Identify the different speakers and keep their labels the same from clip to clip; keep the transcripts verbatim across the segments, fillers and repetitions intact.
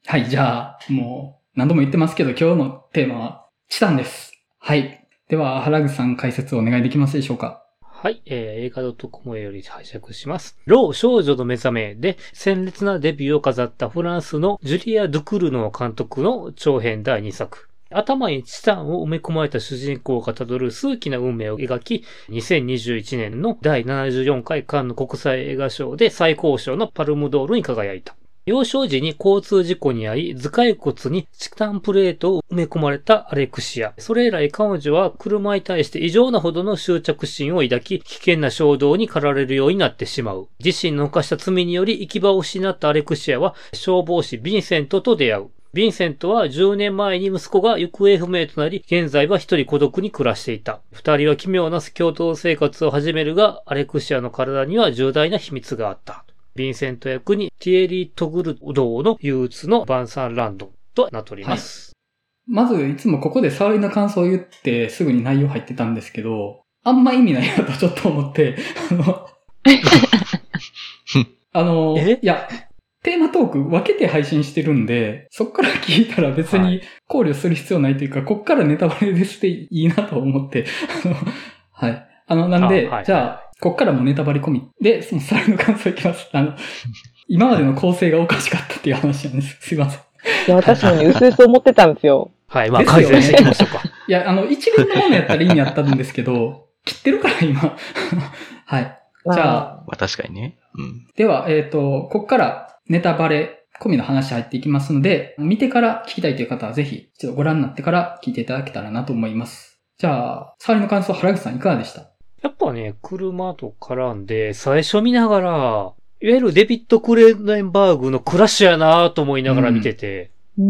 Speaker 1: はい、じゃあ、もう何度も言ってますけど、今日のテーマはチタンです。はい。では、原口さん解説をお願いできますでしょうか。
Speaker 2: はい、えー、映画 .com より拝借します。老少女の目覚めで鮮烈なデビューを飾ったフランスのジュリア・ドゥクルノー監督の長編だいにさく。頭にチタンを埋め込まれた主人公がたどる数奇な運命を描き、にせんにじゅういちねんのだいななじゅうよんかいカンヌ国際映画賞で最高賞のパルムドールに輝いた。幼少時に交通事故に遭い、頭蓋骨にチタンプレートを埋め込まれたアレクシア。それ以来彼女は車に対して異常なほどの執着心を抱き、危険な衝動に駆られるようになってしまう。自身の犯した罪により行き場を失ったアレクシアは消防士ヴィンセントと出会う。ヴィンセントはじゅうねんまえに息子が行方不明となり、現在は一人孤独に暮らしていた。二人は奇妙な共同生活を始めるが、アレクシアの体には重大な秘密があった。ヴィンセント役にティエリー・トグルドーの憂鬱のバンサン・ランドとなっております。
Speaker 1: はい、まず、いつもここで触りの感想を言ってすぐに内容入ってたんですけど、あんま意味ないなとちょっと思って、あの、あの、いや、テーマトーク分けて配信してるんで、そっから聞いたら別に考慮する必要ないというか、はい、こっからネタバレですっていいなと思って、あの、はい。あの、なんで、はい、じゃあ、こっからもネタバレ込みで、その触りの感想いきます。あの、今までの構成がおかしかったっていう話なんです。すいません。
Speaker 3: いや、私もね、うすうす思ってたんですよ。
Speaker 2: はい、まあ、改善していきましょうか。
Speaker 1: いや、あの、一連のものやったらいいんやったんですけど、切ってるから今。はい。じゃあ。
Speaker 4: まあ、確かにね。うん。
Speaker 1: では、えっと、こっからネタバレ込みの話入っていきますので、見てから聞きたいという方はぜひ、一度ご覧になってから聞いていただけたらなと思います。じゃあ、触りの感想、原口さんいかがでした？
Speaker 2: やっぱね、車と絡んで、最初見ながら、いわゆるデビッド・クレーネンバーグのクラッシュやなぁと思いながら見てて。
Speaker 3: うん。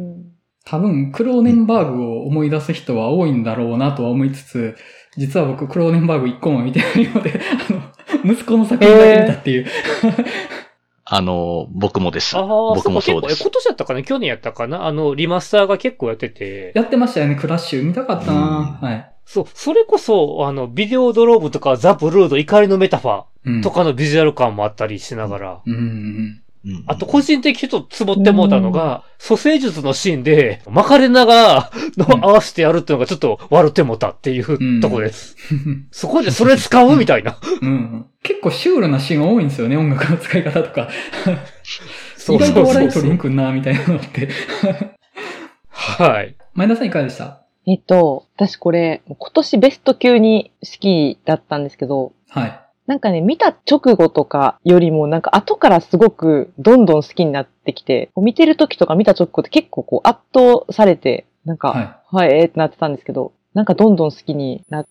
Speaker 3: うん
Speaker 1: 多分、クローネンバーグを思い出す人は多いんだろうなとは思いつつ、実は僕、クローネンバーグ一個も見てないので、あの、息子の作品だけ見たっていう。
Speaker 4: あの、僕もです。
Speaker 2: あ
Speaker 4: 僕もそうです。
Speaker 2: 今年やったかな去年やったかなあの、リマスターが結構やってて。
Speaker 1: やってましたよね、クラッシュ。見たかったな、うん、はい。
Speaker 2: そう、それこそ、あの、ビデオドローブとかザ・ブルード、怒りのメタファーとかのビジュアル感もあったりしながら。
Speaker 1: うんうんうん
Speaker 2: あと、個人的にちょっとツボってもうたのが、蘇生術のシーンで、マカレナが、の合わせてやるっていうのがちょっと悪ってもたっていうとこです。うん、そこでそれ使うみたいな、
Speaker 1: うん。結構シュールなシーン多いんですよね、音楽の使い方とか。意外と笑い取りにくんな、みたいなのって。
Speaker 2: はい。
Speaker 1: 前田さんいかがでした？
Speaker 3: えっと、私これ、今年ベスト級に好きだったんですけど、
Speaker 1: はい。
Speaker 3: なんかね、見た直後とかよりも、なんか後からすごくどんどん好きになってきて、見てる時とか見た直後って結構こう圧倒されて、なんか、はい、はい、えーってなってたんですけど、なんかどんどん好きになって、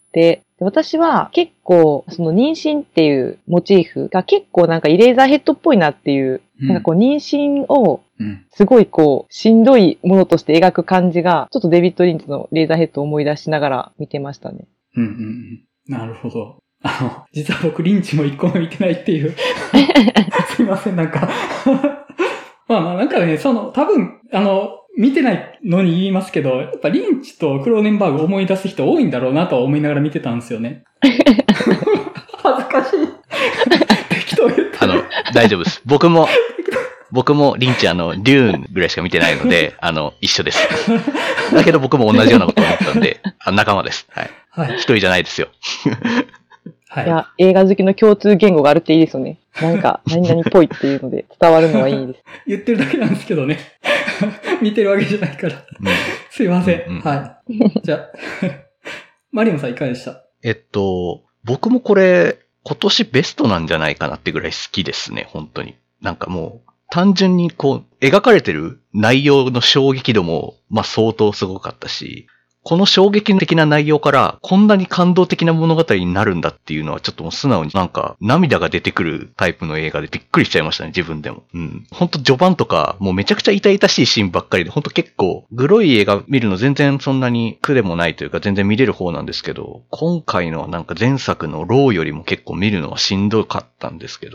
Speaker 3: で私は結構その妊娠っていうモチーフが結構なんかイレーザーヘッドっぽいなっていう、うん、なんかこう妊娠をすごいこうしんどいものとして描く感じが、ちょっとデビッド・リンチのレーザーヘッドを思い出しながら見てましたね。
Speaker 1: うんうんうん。なるほど。あの、実は僕、リンチも一個も見てないっていう。すいません、なんか。まあまあ、なんかね、その、多分、あの、見てないのに言いますけど、やっぱリンチとクローネンバーグを思い出す人多いんだろうなとは思いながら見てたんですよね。恥ずかしい。適当言って。
Speaker 4: あの、大丈夫です。僕も、僕もリンチあの、デューンぐらいしか見てないので、あの、一緒です。だけど僕も同じようなこと思ったんで、あ仲間です。はい。はい。一人じゃないですよ。
Speaker 3: はい。いや、映画好きの共通言語があるっていいですよね。なんか、何々っぽいっていうので伝わるのはいいです。
Speaker 1: 言ってるだけなんですけどね。見てるわけじゃないから。うん、すいません。うんうん、はい。じゃあ、マリオンさんいかがでした？
Speaker 4: えっと、僕もこれ、今年ベストなんじゃないかなってぐらい好きですね、本当に。なんかもう、単純にこう、描かれてる内容の衝撃度も、まあ相当すごかったし、この衝撃的な内容からこんなに感動的な物語になるんだっていうのはちょっともう素直になんか涙が出てくるタイプの映画でびっくりしちゃいましたね、自分でも。うん。ほんと序盤とかもうめちゃくちゃ痛々しいシーンばっかりで、ほんと結構グロい映画見るの全然そんなに苦でもないというか全然見れる方なんですけど、今回のはなんか前作のローよりも結構見るのはしんどかったんですけど、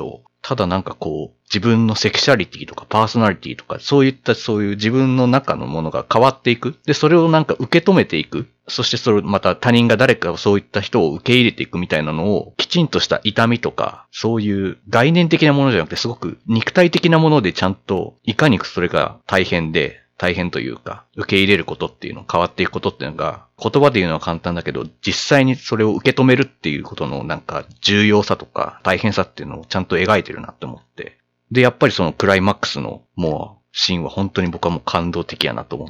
Speaker 4: ただなんかこう、自分のセクシャリティとかパーソナリティとか、そういったそういう自分の中のものが変わっていく。で、それをなんか受け止めていく。そしてそれまた他人が誰かをそういった人を受け入れていくみたいなのを、きちんとした痛みとか、そういう概念的なものじゃなくて、すごく肉体的なものでちゃんと、いかにそれが大変で、大変というか、受け入れることっていうの、変わっていくことっていうのが、言葉で言うのは簡単だけど、実際にそれを受け止めるっていうことのなんか重要さとか大変さっていうのをちゃんと描いてるなって思って。で、やっぱりそのクライマックスのもうシーンは本当に僕はもう感動的やなと思って、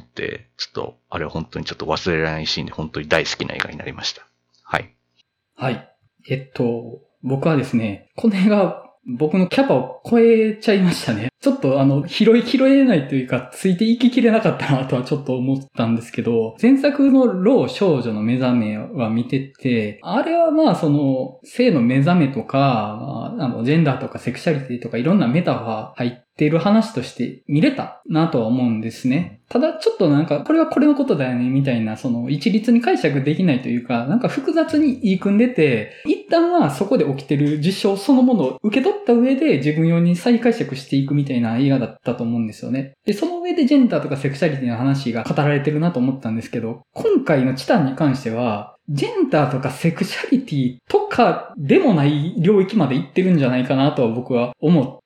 Speaker 4: ちょっと、あれは本当にちょっと忘れられないシーンで本当に大好きな映画になりました。はい。
Speaker 1: はい。えっと、僕はですね、この映画、僕のキャパを超えちゃいましたね。ちょっとあの、拾いきれないというか、ついていききれなかったなとはちょっと思ったんですけど、前作の老少女の目覚めは見てて、あれはまあその、性の目覚めとか、あの、ジェンダーとかセクシャリティとかいろんなメタファー入っている話として見れたなとは思うんですね。ただちょっとなんか、これはこれのことだよねみたいな、その一律に解釈できないというか、なんか複雑に言い組んでて、一旦はそこで起きてる事象そのものを受け取った上で自分用に再解釈していくみたいな映画だったと思うんですよね。で、その上でジェンダーとかセクシャリティの話が語られてるなと思ったんですけど、今回のチタンに関しては、ジェンダーとかセクシャリティとかでもない領域まで行ってるんじゃないかなとは僕は思って、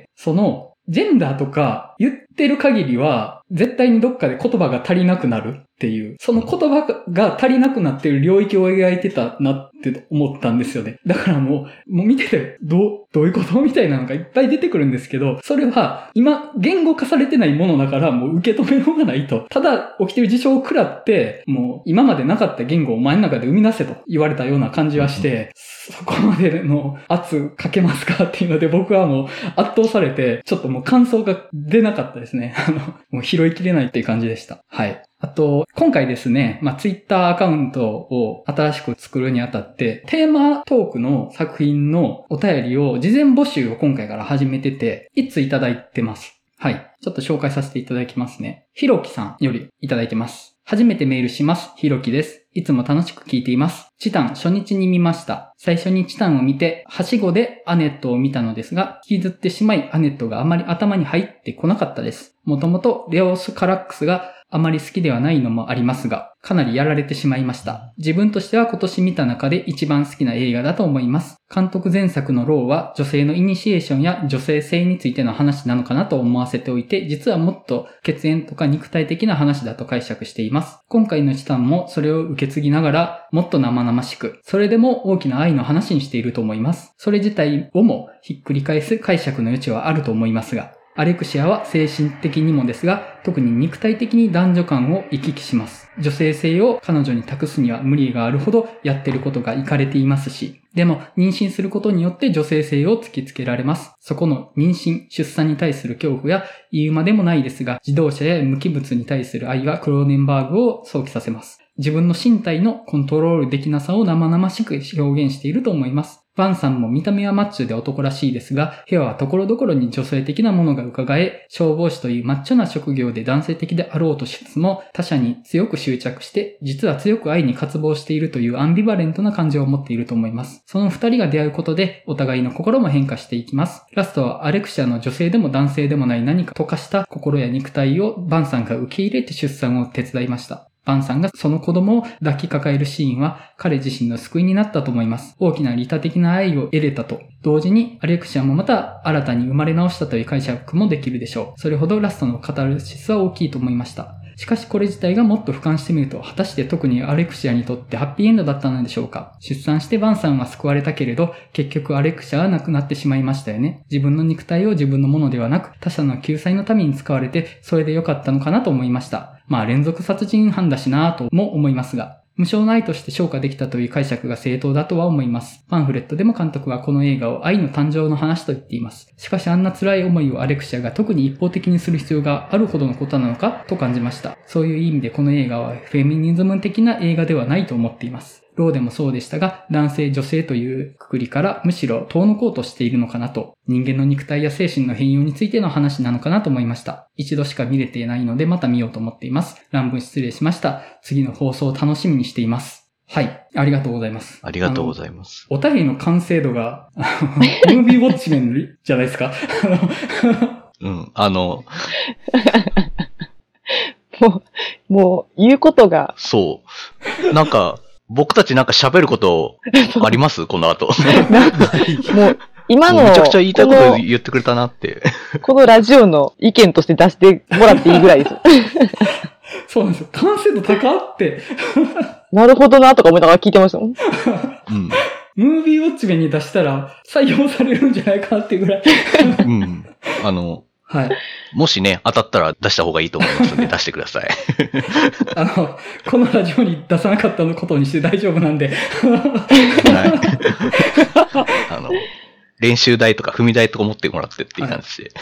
Speaker 1: その、ジェンダーとか言ってる限りは、絶対にどっかで言葉が足りなくなるっていう、その言葉が足りなくなっている領域を描いてたなって思ったんですよね。だからもう、もう見てて、どう、どういうことみたいなのがいっぱい出てくるんですけど、それは今、言語化されてないものだからもう受け止めようがないと。ただ、起きてる事象を食らって、もう今までなかった言語をお前の中で生み出せと言われたような感じはして、そこまでの圧かけますかっていうので僕はもう圧倒されて、ちょっともう感想が出なかったですね。あの、もう拾いきれないっていう感じでした。はい。あと、今回ですね、まあ、ツイッターアカウントを新しく作るにあたって、テーマトークの作品のお便りを事前募集を今回から始めてて、いついただいてます。はい。ちょっと紹介させていただきますね。ひろきさんよりいただいてます。初めてメールします。ひろきです。いつも楽しく聞いています。チタン初日に見ました。最初にチタンを見て、はしごでアネットを見たのですが、引きずってしまいアネットがあまり頭に入ってこなかったです。もともとレオス・カラックスがあまり好きではないのもありますが、かなりやられてしまいました。自分としては今年見た中で一番好きな映画だと思います。監督前作のローは女性のイニシエーションや女性性についての話なのかなと思わせておいて、実はもっと血縁とか肉体的な話だと解釈しています。今回のチタンもそれを受け継ぎながら、もっと生々しく、それでも大きな愛の話にしていると思います。それ自体をもひっくり返す解釈の余地はあると思いますが、アレクシアは精神的にもですが、特に肉体的に男女間を行き来します。女性性を彼女に託すには無理があるほどやってることがイカれていますし、でも妊娠することによって女性性を突きつけられます。そこの妊娠、出産に対する恐怖や言うまでもないですが、自動車や無機物に対する愛はクローネンバーグを想起させます。自分の身体のコントロールできなさを生々しく表現していると思います。バンさんも見た目はマッチョで男らしいですが、部屋はところどころに女性的なものが伺え、消防士というマッチョな職業で男性的であろうとしつつも、他者に強く執着して、実は強く愛に渇望しているというアンビバレントな感情を持っていると思います。その二人が出会うことで、お互いの心も変化していきます。ラストはアレクシアの女性でも男性でもない何か溶かした心や肉体をバンさんが受け入れて出産を手伝いました。バンさんがその子供を抱きかかえるシーンは彼自身の救いになったと思います。大きな利他的な愛を得れたと。同時にアレクシアもまた新たに生まれ直したという解釈もできるでしょう。それほどラストのカタルシスは大きいと思いました。しかしこれ自体がもっと俯瞰してみると、果たして特にアレクシアにとってハッピーエンドだったのでしょうか。出産してバンさんは救われたけれど、結局アレクシアは亡くなってしまいましたよね。自分の肉体を自分のものではなく、他者の救済のために使われて、それで良かったのかなと思いました。まあ連続殺人犯だしなぁとも思いますが、無償の愛として昇華できたという解釈が正当だとは思います。パンフレットでも監督はこの映画を愛の誕生の話と言っています。しかしあんな辛い思いをアレクシアが特に一方的にする必要があるほどのことなのかと感じました。そういう意味でこの映画はフェミニズム的な映画ではないと思っています。ローでもそうでしたが、男性女性というくくりからむしろ遠のこうとしているのかなと、人間の肉体や精神の変容についての話なのかなと思いました。一度しか見れていないのでまた見ようと思っています。乱文失礼しました。次の放送を楽しみにしています。 はい。ありがとうございます。
Speaker 4: ありがとうございます。
Speaker 1: お便りの完成度が、ムービーウォッチメンじゃないですか。
Speaker 4: うん。あの、
Speaker 3: もう、もう、言うことが。
Speaker 4: そう。なんか、僕たちなんか喋ることありますこの後。
Speaker 3: もう、今の。
Speaker 4: めちゃくちゃ言いたいこと言ってくれたなって。
Speaker 3: このラジオの意見として出してもらっていいぐらいです。
Speaker 1: そうなんですよ。完成度高って。
Speaker 3: なるほどなとか思いながら聞いてましたもん。うん。
Speaker 1: ムービーウォッチメンに出したら採用されるんじゃないかなっていうぐらい。
Speaker 4: うん。あの、
Speaker 1: はい。
Speaker 4: もしね、当たったら出した方がいいと思いますので出してください。
Speaker 1: あの、このラジオに出さなかったことにして大丈夫なんで。はい。
Speaker 4: あの、練習台とか踏み台とか持ってもらってっていう感じで。はい、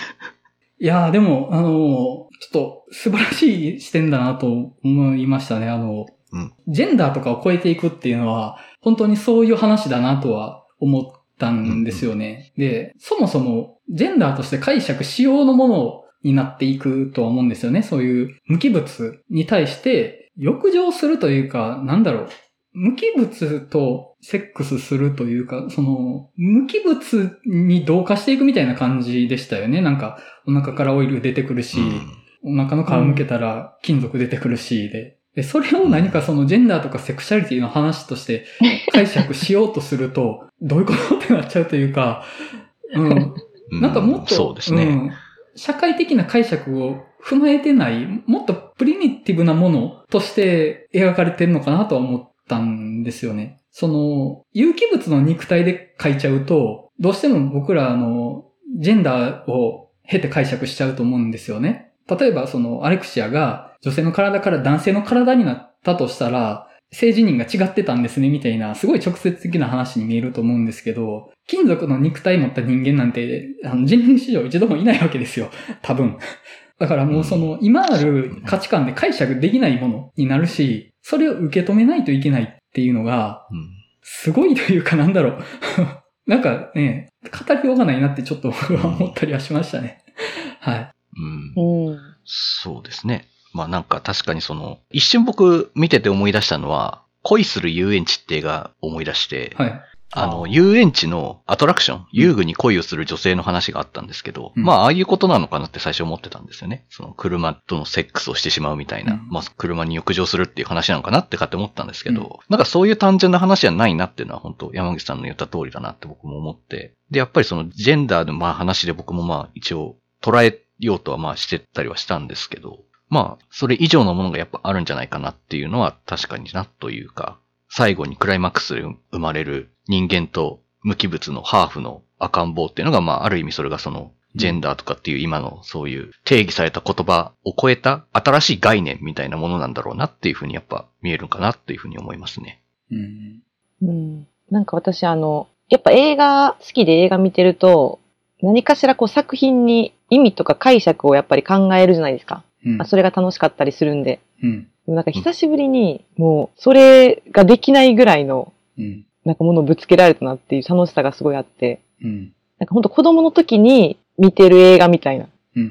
Speaker 1: いやーでも、あのー、ちょっと素晴らしい視点だなと思いましたね。あの、うん、ジェンダーとかを超えていくっていうのは、本当にそういう話だなとは思ったんですよね。うんうん、で、そもそも、ジェンダーとして解釈しようのものになっていくとは思うんですよね。そういう無機物に対して、欲情するというか、なんだろう。無機物とセックスするというか、その、無機物に同化していくみたいな感じでしたよね。なんか、お腹からオイル出てくるし、うん、お腹の皮むけたら金属出てくるしで、で、それを何かそのジェンダーとかセクシャリティの話として解釈しようとすると、どういうことってなっちゃうというか、うん。なんかもっと、
Speaker 4: そうですね、うん、
Speaker 1: 社会的な解釈を踏まえてない、もっとプリミティブなものとして描かれてるのかなとは思ったんですよね。その、有機物の肉体で書いちゃうと、どうしても僕らのジェンダーを経て解釈しちゃうと思うんですよね。例えばそのアレクシアが女性の体から男性の体になったとしたら、性自認が違ってたんですねみたいな、すごい直接的な話に見えると思うんですけど、金属の肉体持った人間なんて、あの人類史上一度もいないわけですよ。多分。だからもうその、今ある価値観で解釈できないものになるし、それを受け止めないといけないっていうのが、すごいというかなんだろう。なんかね、語りようがないなってちょっと思ったりはしましたね。はい。
Speaker 4: うん。そうですね。まあなんか確かにその、一瞬僕見てて思い出したのは、恋する遊園地って映画思い出して、はい。あの、遊園地のアトラクション、遊具に恋をする女性の話があったんですけど、うん、まあああいうことなのかなって最初思ってたんですよね。その車とのセックスをしてしまうみたいな、うん、まあ車に浴場するっていう話なのかなってかって思ったんですけど、うん、なんかそういう単純な話じゃないなっていうのは本当山口さんの言った通りだなって僕も思って、で、やっぱりそのジェンダーのまあ話で僕もまあ一応捉えようとはまあしてたりはしたんですけど、まあ、それ以上のものがやっぱあるんじゃないかなっていうのは確かになというか、最後にクライマックスで生まれる人間と無機物のハーフの赤ん坊っていうのが、まあ、ある意味それがその、ジェンダーとかっていう今のそういう定義された言葉を超えた新しい概念みたいなものなんだろうなっていうふうにやっぱ見えるかなっていうふうに思いますね。
Speaker 3: うん。うん。なんか私あの、やっぱ映画好きで映画見てると、何かしらこう作品に意味とか解釈をやっぱり考えるじゃないですか。うん、それが楽しかったりするんで。うん、でもなんか久しぶりに、もう、それができないぐらいの、うん、なんかものをぶつけられたなっていう楽しさがすごいあって、うん、なんかほんと子供の時に見てる映画みたいな。うんうん、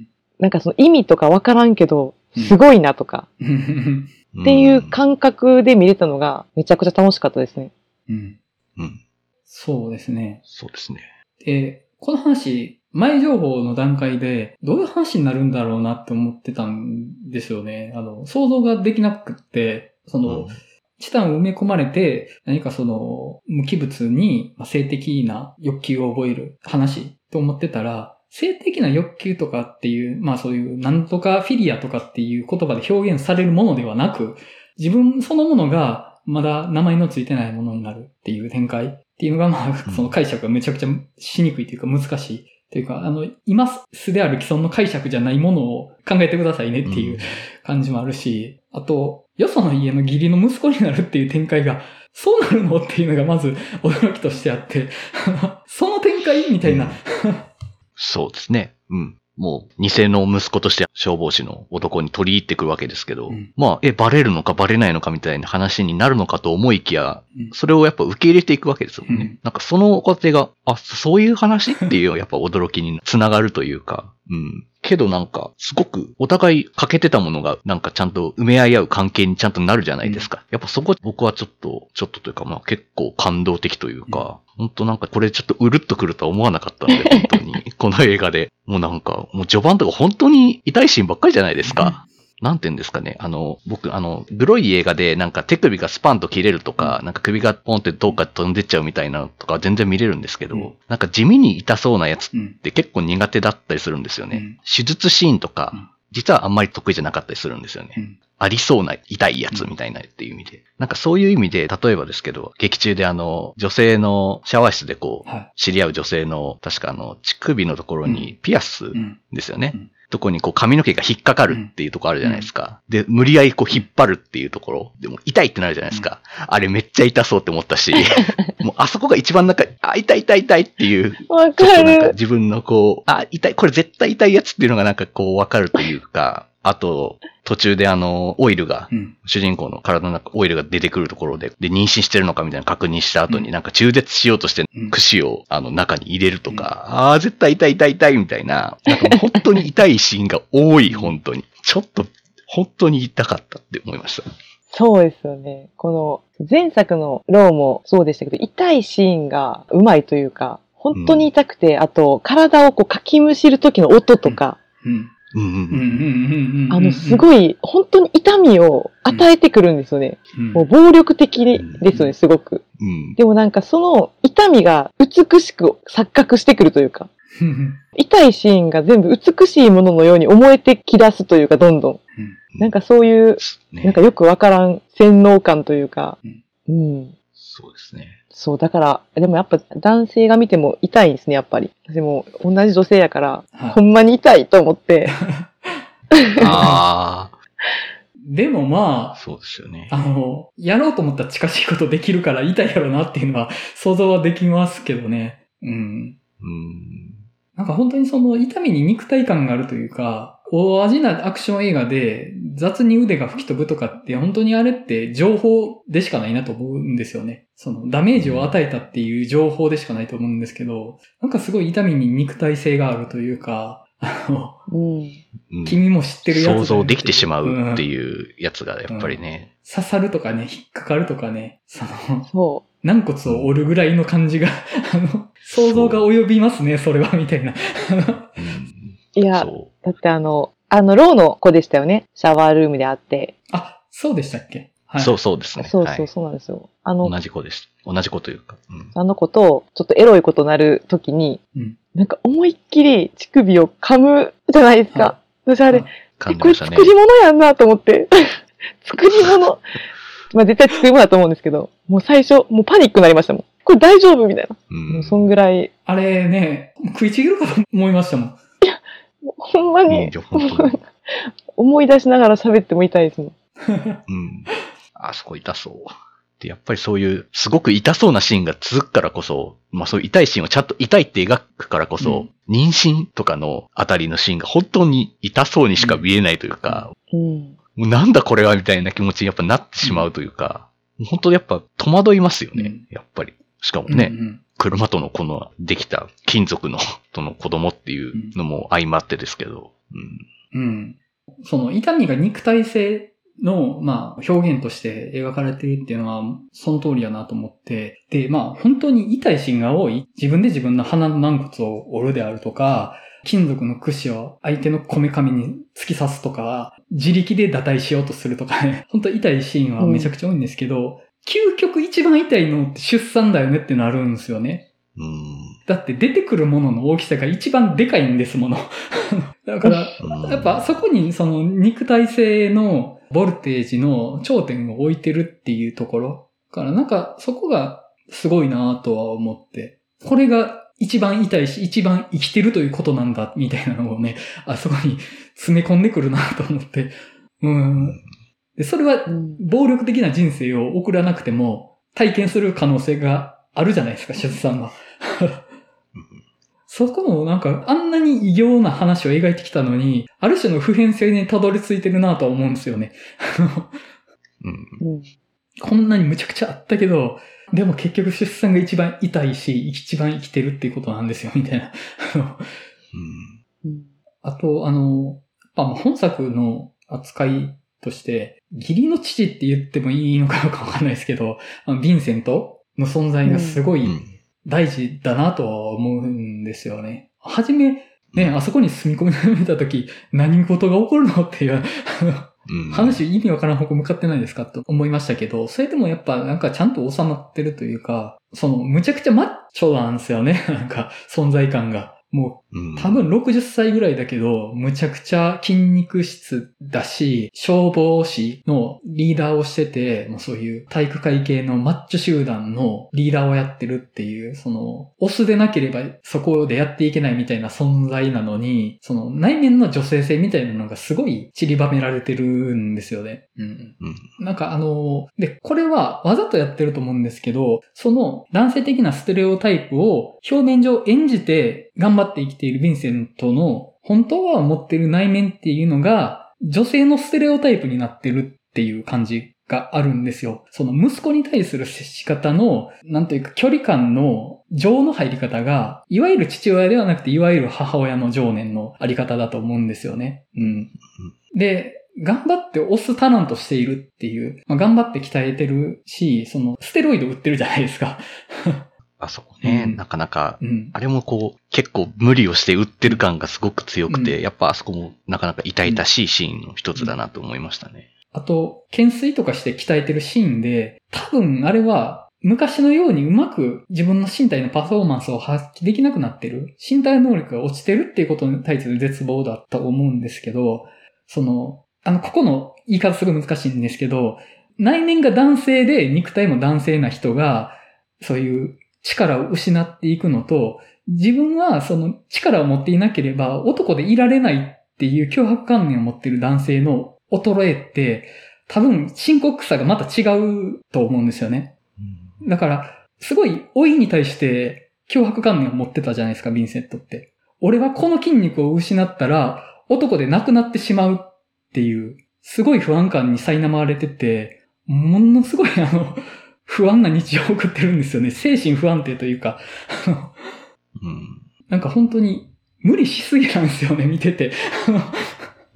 Speaker 3: なんかその意味とかわからんけど、すごいなとか、うん、っていう感覚で見れたのがめちゃくちゃ楽しかったですね。
Speaker 1: うんうん、そうですね。
Speaker 4: そうですね。
Speaker 1: で、この話、前情報の段階でどういう話になるんだろうなって思ってたんですよね。あの、想像ができなくって、その、うん、チタンを埋め込まれて何かその無機物に性的な欲求を覚える話と思ってたら、性的な欲求とかっていう、まあそういうなんとかフィリアとかっていう言葉で表現されるものではなく、自分そのものがまだ名前のついてないものになるっていう展開っていうのが、まあその解釈がめちゃくちゃしにくいというか難しい。というか、あの、今すである既存の解釈じゃないものを考えてくださいねっていう感じもあるし、うん、あと、よその家の義理の息子になるっていう展開が、そうなるのっていうのがまず驚きとしてあって、その展開みたいな、うん。
Speaker 4: そうですね。うん。もう、偽の息子として消防士の男に取り入ってくるわけですけど、うん、まあ、え、バレるのかバレないのかみたいな話になるのかと思いきや、うん、それをやっぱ受け入れていくわけですよね。うん、なんかその過程が、あ、そういう話っていうやっぱ驚きにつながるというか、うん。 けどなんか、すごくお互い欠けてたものがなんかちゃんと埋め合い合う関係にちゃんとなるじゃないですか。うん、やっぱそこ僕はちょっと、ちょっとというかまあ結構感動的というか、うん、本当なんかこれちょっとうるっとくるとは思わなかったんで、本当に。この映画で。もうなんか、もう序盤とか本当に痛いシーンばっかりじゃないですか。なんて言うんですかね。あの、僕、あの、グロい映画でなんか手首がスパンと切れるとか、なんか首がポンってどっか飛んでっちゃうみたいなのとか全然見れるんですけど、うん、なんか地味に痛そうなやつって結構苦手だったりするんですよね。うん、手術シーンとか、実はあんまり得意じゃなかったりするんですよね。うん、ありそうな痛いやつみたいなっていう意味で。なんかそういう意味で、例えばですけど、劇中であの、女性のシャワー室でこう、はい、知り合う女性の、確かあの、乳首のところにピアスですよね。うんうん、とこにこう髪の毛が引っかかるっていうところあるじゃないですか。うん、で、無理やりこう引っ張るっていうところ。でも痛いってなるじゃないですか。うん、あれめっちゃ痛そうって思ったし、もうあそこが一番なんか、あ、痛い痛い痛いっていう。
Speaker 3: わかる。ちょっとなんか
Speaker 4: 自分のこう、あ、痛い、これ絶対痛いやつっていうのがなんかこうわかるというか、あと、途中であの、オイルが、うん、主人公の体の中、オイルが出てくるところで、で、妊娠してるのかみたいな確認した後に、うん、なんか中絶しようとして、櫛を、あの、中に入れるとか、うん、ああ、絶対痛い痛い痛いみたいな、なんかもう本当に痛いシーンが多い、本当に。ちょっと、本当に痛かったって思いました。
Speaker 3: そうですよね。この、前作のローもそうでしたけど、痛いシーンがうまいというか、本当に痛くて、うん、あと、体をこうかきむしる時の音とか、うんうんあの、すごい、本当に痛みを与えてくるんですよね。うん、もう暴力的ですよね、すごく。うん、でもなんかその痛みが美しく錯覚してくるというか、痛いシーンが全部美しいもののように思えてき出すというか、どんどん。うん、なんかそういう、なんかよくわからん洗脳感というか、うん。
Speaker 4: そうですね。
Speaker 3: そう、だから、でもやっぱ男性が見ても痛いですね、やっぱり。私も同じ女性やから、はい、ほんまに痛いと思って。
Speaker 4: ああ。
Speaker 1: でもまあ、
Speaker 4: そうですよね。
Speaker 1: あの、やろうと思ったら近しいことできるから痛いやろなっていうのは想像はできますけどね。うん。うん。なんか本当にその痛みに肉体感があるというか、大味なアクション映画で雑に腕が吹き飛ぶとかって本当にあれって情報でしかないなと思うんですよね。そのダメージを与えたっていう情報でしかないと思うんですけど、なんかすごい痛みに肉体性があるというか、あの、うん、君も知ってるやつだよね
Speaker 4: 想像できてしまうっていうやつがやっぱりね。
Speaker 1: うん、刺さるとかね、引っかかるとかね、その、そう軟骨を折るぐらいの感じが、あの、想像が及びますね、それは、みたいな。
Speaker 3: いや、だってあの、あの、ローの子でしたよね。シャワールームで会って。
Speaker 1: あ、そうでしたっけ、
Speaker 4: はい、そうそうですね。
Speaker 3: そうそう、そうなんですよ。あの、
Speaker 4: 同じ子です。同じ子というか。
Speaker 3: うん、あの子と、ちょっとエロいことなるときに、うん、なんか思いっきり乳首を噛むじゃないですか。私あれ、ね、これ作り物やんなと思って。作り物。まあ絶対作り物だと思うんですけど、もう最初、もうパニックになりましたもん。これ大丈夫みたいな。うん、もうそんぐらい。
Speaker 1: あれね、食いちぎるかと思いましたもん。
Speaker 3: いや、ほんまに、思い出しながら喋っても痛いですもん。
Speaker 4: うん。あそこ痛そう。で、やっぱりそういう、すごく痛そうなシーンが続くからこそ、まあそういう痛いシーンをちゃんと痛いって描くからこそ、うん、妊娠とかのあたりのシーンが本当に痛そうにしか見えないというか、うん、もうなんだこれはみたいな気持ちにやっぱなってしまうというか、うん、本当やっぱ戸惑いますよね、うん、やっぱり。しかもね、うんうん、車とのこのできた金属のとの子供っていうのも相まってですけど、
Speaker 1: うん。うん、その痛みが肉体性の、まあ、表現として描かれているっていうのは、その通りやなと思って。で、まあ、本当に痛いシーンが多い。自分で自分の鼻の軟骨を折るであるとか、金属の櫛を相手のこめかみに突き刺すとか、自力で堕胎しようとするとかね。本当痛いシーンはめちゃくちゃ多いんですけど、うん、究極一番痛いのって出産だよねってなるんですよね。
Speaker 4: うん、
Speaker 1: だって出てくるものの大きさが一番でかいんですもの。だから、やっぱそこにその肉体性のボルテージの頂点を置いてるっていうところ。だからなんかそこがすごいなとは思って。これが一番痛いし一番生きてるということなんだみたいなのをね、あそこに詰め込んでくるなと思って。うん。で、それは暴力的な人生を送らなくても体験する可能性があるじゃないですか、出産は。そこもなんか、あんなに異様な話を描いてきたのに、ある種の普遍性にたどり着いてるなとは思うんですよね。うん、こんなにむちゃくちゃあったけど、でも結局出産が一番痛いし、一番生きてるっていうことなんですよ、みたいな。 あと、あの、やっぱ本作の扱いとして、義理の父って言ってもいいのかどうかわかんないですけど、あのヴィンセントの存在がすごい大事だなとは思うんですよね。はじめ、ね、あそこに住み込み始めたとき、何事が起こるのっていう、話意味わからん方向向かってないですかと思いましたけど、それでもやっぱなんかちゃんと収まってるというか、その、むちゃくちゃマッチョなんですよね。なんか、存在感が。もう、多分ろくじゅっさいぐらいだけど、むちゃくちゃ筋肉質だし、消防士のリーダーをしてて、もうそういう体育会系のマッチョ集団のリーダーをやってるっていう、その、オスでなければそこでやっていけないみたいな存在なのに、その内面の女性性みたいなのがすごい散りばめられてるんですよね。うん。うん、なんかあの、で、これはわざとやってると思うんですけど、その男性的なステレオタイプを表面上演じて頑張って生きているヴィンセントの本当は持っている内面っていうのが女性のステレオタイプになってるっていう感じがあるんですよ。その息子に対する接し方の、なんというか距離感の情の入り方が、いわゆる父親ではなくていわゆる母親の情念のあり方だと思うんですよね。うん。で、頑張ってオスタナンとしているっていう、まあ、頑張って鍛えてるし、そのステロイド売ってるじゃないですか。
Speaker 4: あそこね、うん、なかなか、
Speaker 1: うん、
Speaker 4: あれもこう、結構無理をして売ってる感がすごく強くて、うん、やっぱあそこもなかなか痛々しいシーンの一つだなと思いましたね。
Speaker 1: あと、懸垂とかして鍛えてるシーンで、多分あれは昔のようにうまく自分の身体のパフォーマンスを発揮できなくなってる。身体能力が落ちてるっていうことに対する絶望だと思うんですけど、その、あの、ここの言い方すごい難しいんですけど、内面が男性で肉体も男性な人が、そういう力を失っていくのと、自分はその力を持っていなければ男でいられないっていう脅迫観念を持っている男性の衰えって、多分深刻さがまた違うと思うんですよね。だから、すごい老いに対して脅迫観念を持ってたじゃないですか、ヴィンセントって。俺はこの筋肉を失ったら男でなくなってしまうっていう、すごい不安感に苛まれてて、ものすごいあの、不安な日常を送ってるんですよね。精神不安定というか、
Speaker 4: うん、
Speaker 1: なんか本当に無理しすぎなんですよね、見てて。
Speaker 4: うん、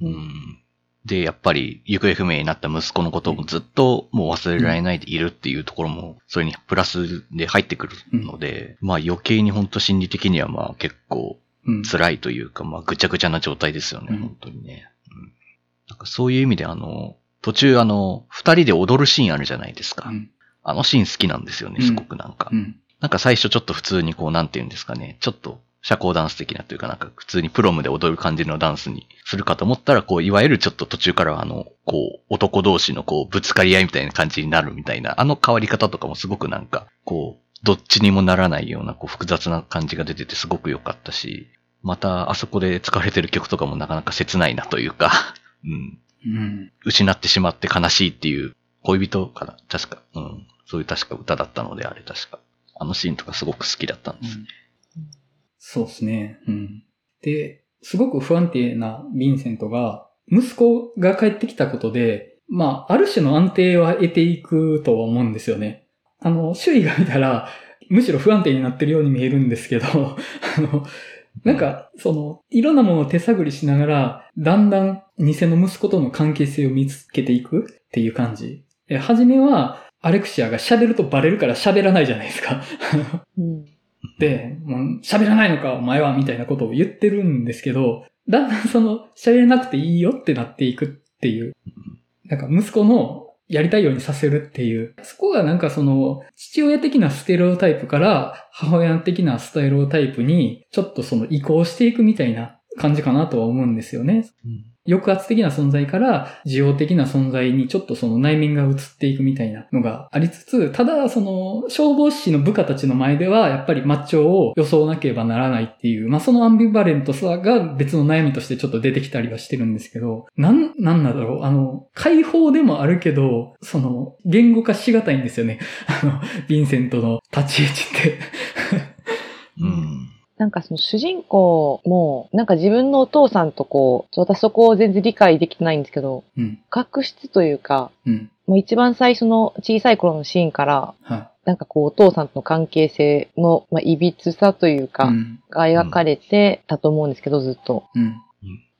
Speaker 4: で、やっぱり行方不明になった息子のこともずっともう忘れられないでいるっていうところも、それにプラスで入ってくるので、うん、まあ余計に本当心理的にはまあ結構辛いというか、まあぐちゃぐちゃな状態ですよね、うん、本当にね。うん、なんかそういう意味であの、途中あの、二人で踊るシーンあるじゃないですか。うん、あのシーン好きなんですよね、すごくなんか。
Speaker 1: うんうん、
Speaker 4: なんか最初ちょっと普通にこう、なんていうんですかね、ちょっと社交ダンス的なというかなんか普通にプロムで踊る感じのダンスにするかと思ったら、こう、いわゆるちょっと途中からあの、こう、男同士のこう、ぶつかり合いみたいな感じになるみたいな、あの変わり方とかもすごくなんか、こう、どっちにもならないようなこう、複雑な感じが出ててすごく良かったし、またあそこで使われてる曲とかもなかなか切ないなというか、うん。
Speaker 1: うん、
Speaker 4: 失ってしまって悲しいっていう恋人かな確か。うん。そういう確か歌だったので、あれ確か。あのシーンとかすごく好きだったんですね。
Speaker 1: うん、そうですね。うん。で、すごく不安定なヴィンセントが、息子が帰ってきたことで、まあ、ある種の安定は得ていくとは思うんですよね。あの、周囲が見たら、むしろ不安定になってるように見えるんですけど、あの、なんか、その、いろんなものを手探りしながら、だんだん偽の息子との関係性を見つけていくっていう感じ。え、はじめは、アレクシアが喋るとバレるから喋らないじゃないですか。
Speaker 3: うん、
Speaker 1: で、もう喋らないのかお前はみたいなことを言ってるんですけど、だんだんその喋れなくていいよってなっていくっていう、なんか息子のやりたいようにさせるっていう、そこがなんかその父親的なステレオタイプから母親的なステレオタイプにちょっとその移行していくみたいな感じかなとは思うんですよね。うん抑圧的な存在から需要的な存在にちょっとその内面が移っていくみたいなのがありつつ、ただその消防士の部下たちの前ではやっぱりマッチョを装わなければならないっていう、まあそのアンビバレントさが別の悩みとしてちょっと出てきたりはしてるんですけど、なん、なんなんだろう、あの、解放でもあるけど、その言語化しがたいんですよね。あの、ヴィンセントの立ち位置って。
Speaker 4: うん
Speaker 3: なんかその主人公も、なんか自分のお父さんとこう、私そこを全然理解できてないんですけど、
Speaker 1: うん、
Speaker 3: 確執というか、
Speaker 1: うん、
Speaker 3: もう一番最初の小さい頃のシーンから、
Speaker 1: はい、
Speaker 3: なんかこうお父さんとの関係性の、まあ、いびつさというか、
Speaker 1: うん、
Speaker 3: が描かれてたと思うんですけど、ずっと。
Speaker 1: うん、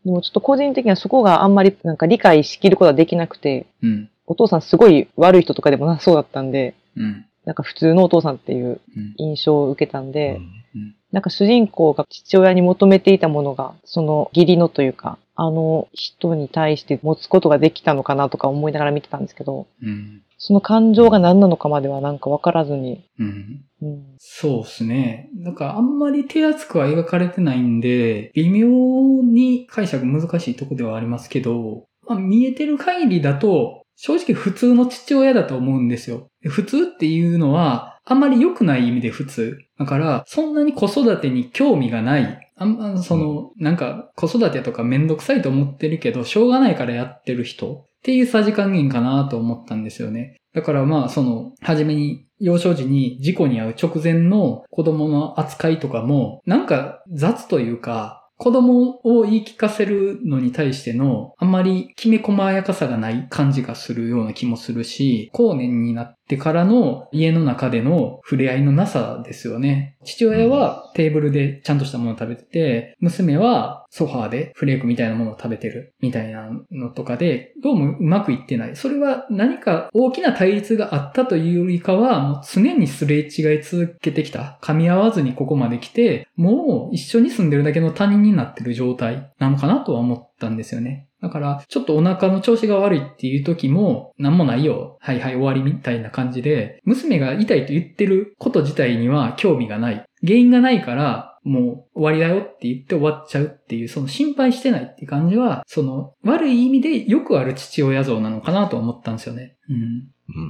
Speaker 3: でもちょっと個人的にはそこがあんまりなんか理解しきることはできなくて、
Speaker 1: うん。
Speaker 3: お父さんすごい悪い人とかでもなそうだったんで、
Speaker 1: うん。
Speaker 3: なんか普通のお父さんっていう印象を受けたんで、
Speaker 1: うん。
Speaker 3: なんか主人公が父親に求めていたものが、その義理のというか、あの人に対して持つことができたのかなとか思いながら見てたんですけど、
Speaker 1: うん。
Speaker 3: その感情が何なのかまではなんか分からずに。
Speaker 1: うん。
Speaker 3: うん、
Speaker 1: そうですね。なんかあんまり手厚くは描かれてないんで、微妙に解釈難しいとこではありますけど、まあ、見えてる限りだと、正直普通の父親だと思うんですよ。普通っていうのは、あんまり良くない意味で普通。だから、そんなに子育てに興味がない。あんま、その、なんか、子育てとかめんどくさいと思ってるけど、しょうがないからやってる人っていうさじ加減かなと思ったんですよね。だからまあ、その、初めに、幼少時に事故に遭う直前の子供の扱いとかも、なんか雑というか、子供を言い聞かせるのに対しての、あんまりきめ細やかさがない感じがするような気もするし、後年になってからの家の中での触れ合いのなさですよね。父親はテーブルでちゃんとしたものを食べてて、娘はソファーでフレークみたいなものを食べてるみたいなのとかで、どうもうまくいってない。それは何か大きな対立があったというよりかは、もう常にすれ違い続けてきた。噛み合わずにここまで来て、もう一緒に住んでるだけの他人になってる状態なのかなとは思ったんですよね。だから、ちょっとお腹の調子が悪いっていう時も、なんもないよ。はいはい終わりみたいな感じで、娘が痛いと言ってること自体には興味がない。原因がないから、もう終わりだよって言って終わっちゃうっていう、その心配してないっていう感じは、その悪い意味でよくある父親像なのかなと思ったんですよね。うん。
Speaker 4: うん。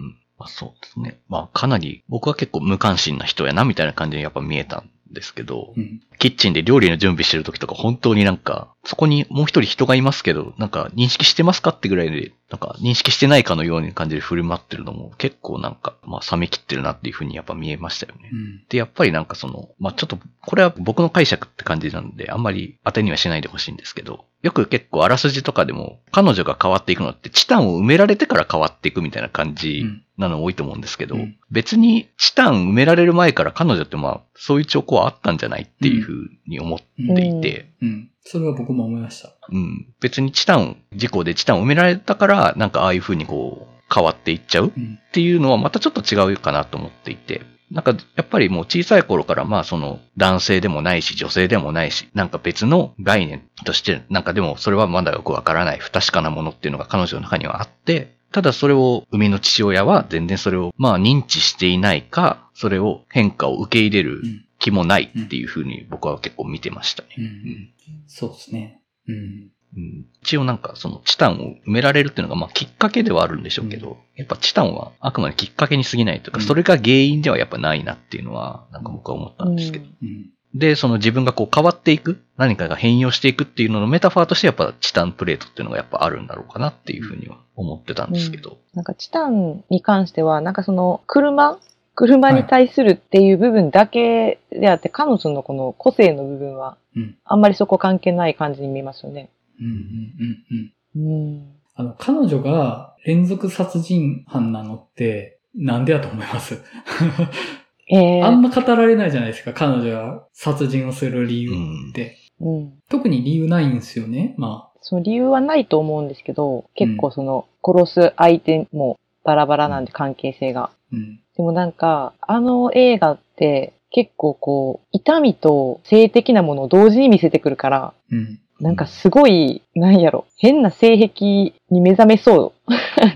Speaker 4: まあそうですね。まあかなり、僕は結構無関心な人やなみたいな感じにやっぱ見えたんですけど、うん、キッチンで料理の準備してる時とか本当になんか、そこにもう一人人がいますけど、なんか認識してますかってぐらいで、なんか認識してないかのような感じで振る舞ってるのも結構なんか、まあ冷め切ってるなっていう風にやっぱ見えましたよね。うん、で、やっぱりなんかその、まあちょっと、これは僕の解釈って感じなんで、あんまり当てにはしないでほしいんですけど、よく結構あらすじとかでも、彼女が変わっていくのって、チタンを埋められてから変わっていくみたいな感じなの多いと思うんですけど、うん、別にチタン埋められる前から彼女ってまあ、そういう兆候はあったんじゃないっていう風に思っていて、
Speaker 1: うんうんうん、それは僕も思いました。
Speaker 4: うん。別にチタン、事故でチタンを埋められたから、なんかああいう風にこう、変わっていっちゃうっていうのはまたちょっと違うかなと思っていて、なんかやっぱりもう小さい頃からまあその男性でもないし女性でもないし、なんか別の概念として、なんかでもそれはまだよくわからない不確かなものっていうのが彼女の中にはあって、ただそれを生みの父親は全然それをまあ認知していないか、それを変化を受け入れる気もないっていうふうに僕は結構見てましたね。
Speaker 1: うんうん、そうですね。うん
Speaker 4: うん、一応なんかそのチタンを埋められるっていうのがまあきっかけではあるんでしょうけど、うん、やっぱチタンはあくまできっかけに過ぎないというか、うん、それが原因ではやっぱないなっていうのはなんか僕は思ったんですけど、うんうん、でその自分がこう変わっていく、何かが変容していくっていうののメタファーとしてやっぱチタンプレートっていうのがやっぱあるんだろうかなっていうふうには思ってたんですけど、うん、
Speaker 3: なんかチタンに関してはなんかその車車に対するっていう部分だけであって、はい、彼女のこの個性の部分はあんまりそこ関係ない感じに見えますよね。
Speaker 1: うんうんうんうん。うん、あの、彼女が連続殺人犯なのってなんでやと思います？えー、あんま語られないじゃないですか、彼女が殺人をする理由って。うん、特に理由ないんですよね、まあ。
Speaker 3: そう、理由はないと思うんですけど、結構その、殺す相手もバラバラなんで、関係性が。うん、でもなんか、あの映画って結構こう、痛みと性的なものを同時に見せてくるから、うんなんかすごい、なんやろ、変な性癖に目覚めそう。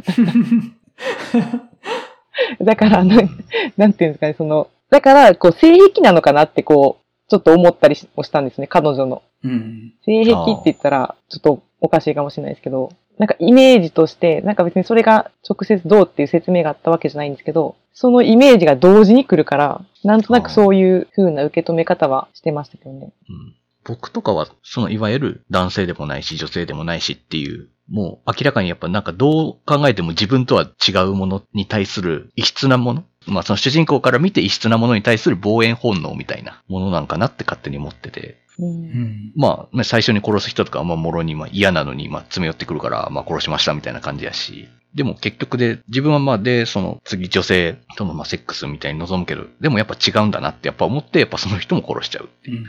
Speaker 3: だから、なん、なんていうんですかね、その、だから、こう、性癖なのかなってこう、ちょっと思ったりもしたんですね、彼女の。うん、性癖って言ったら、ちょっとおかしいかもしれないですけど、なんかイメージとして、なんか別にそれが直接どうっていう説明があったわけじゃないんですけど、そのイメージが同時に来るから、なんとなくそういう風な受け止め方はしてましたけどね。
Speaker 4: うん僕とかは、そのいわゆる男性でもないし女性でもないしっていう、もう明らかにやっぱなんかどう考えても自分とは違うものに対する異質なもの、まあその主人公から見て異質なものに対する防衛本能みたいなものなんかなって勝手に思ってて。うん、まあ最初に殺す人とかはまあもろにまあ嫌なのにまあ詰め寄ってくるからまあ殺しましたみたいな感じやし。でも結局で自分はまあでその次女性とのまあセックスみたいに望むけど、でもやっぱ違うんだなってやっぱ思ってやっぱその人も殺しちゃうっていう。うん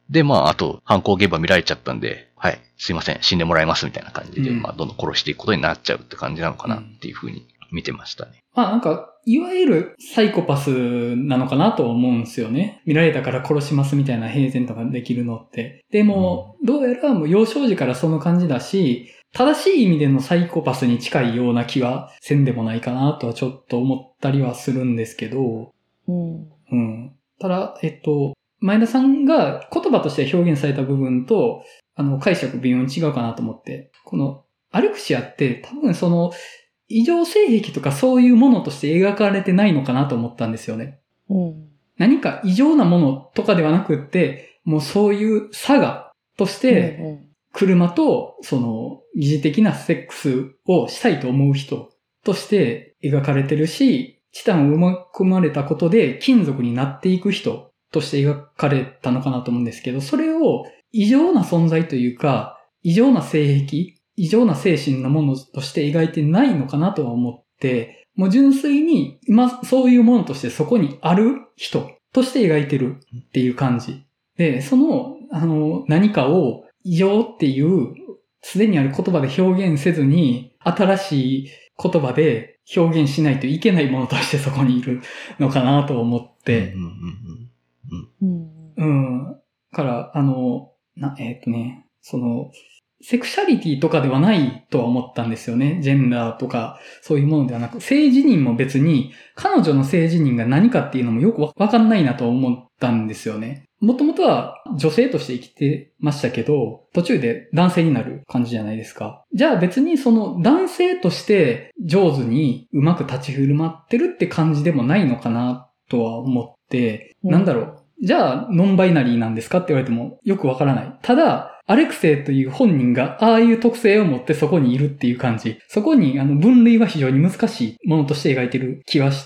Speaker 4: で、まあ、あと、犯行現場見られちゃったんで、はい、すいません、死んでもらいますみたいな感じで、うん、まあ、どんどん殺していくことになっちゃうって感じなのかなっていうふうに見てましたね。
Speaker 1: まあなんか、いわゆるサイコパスなのかなと思うんですよね。見られたから殺しますみたいな平然とかできるのって。でも、うん、どうやらもう幼少時からその感じだし、正しい意味でのサイコパスに近いような気はせんでもないかなとはちょっと思ったりはするんですけど、
Speaker 3: うん。
Speaker 1: うん。ただ、えっと、前田さんが言葉として表現された部分と、あの、解釈微妙に違うかなと思って、この、アレクシアって多分その、異常性癖とかそういうものとして描かれてないのかなと思ったんですよね。
Speaker 3: うん、
Speaker 1: 何か異常なものとかではなくって、もうそういう差がとして、車とその疑似的なセックスをしたいと思う人として描かれてるし、チタンを埋め込まれたことで金属になっていく人として描かれたのかなと思うんですけど、それを異常な存在というか、異常な性癖、異常な精神のものとして描いてないのかなとは思って、もう純粋に今そういうものとしてそこにある人として描いてるっていう感じ。で、その、あの、何かを異常っていうすでにある言葉で表現せずに新しい言葉で表現しないといけないものとしてそこにいるのかなと思って。
Speaker 3: うん。
Speaker 1: うん。から、あの、な、えっとね、その、セクシャリティとかではないとは思ったんですよね。ジェンダーとか、そういうものではなく、性自認も別に、彼女の性自認が何かっていうのもよくわかんないなと思ったんですよね。もともとは女性として生きてましたけど、途中で男性になる感じじゃないですか。じゃあ別にその男性として上手にうまく立ち振る舞ってるって感じでもないのかなとは思って、うん、なんだろう。じゃあノンバイナリーなんですかって言われてもよくわからない。ただ、アレクセイという本人がああいう特性を持ってそこにいるっていう感じ。そこにあの分類は非常に難しいものとして描いてる気はして。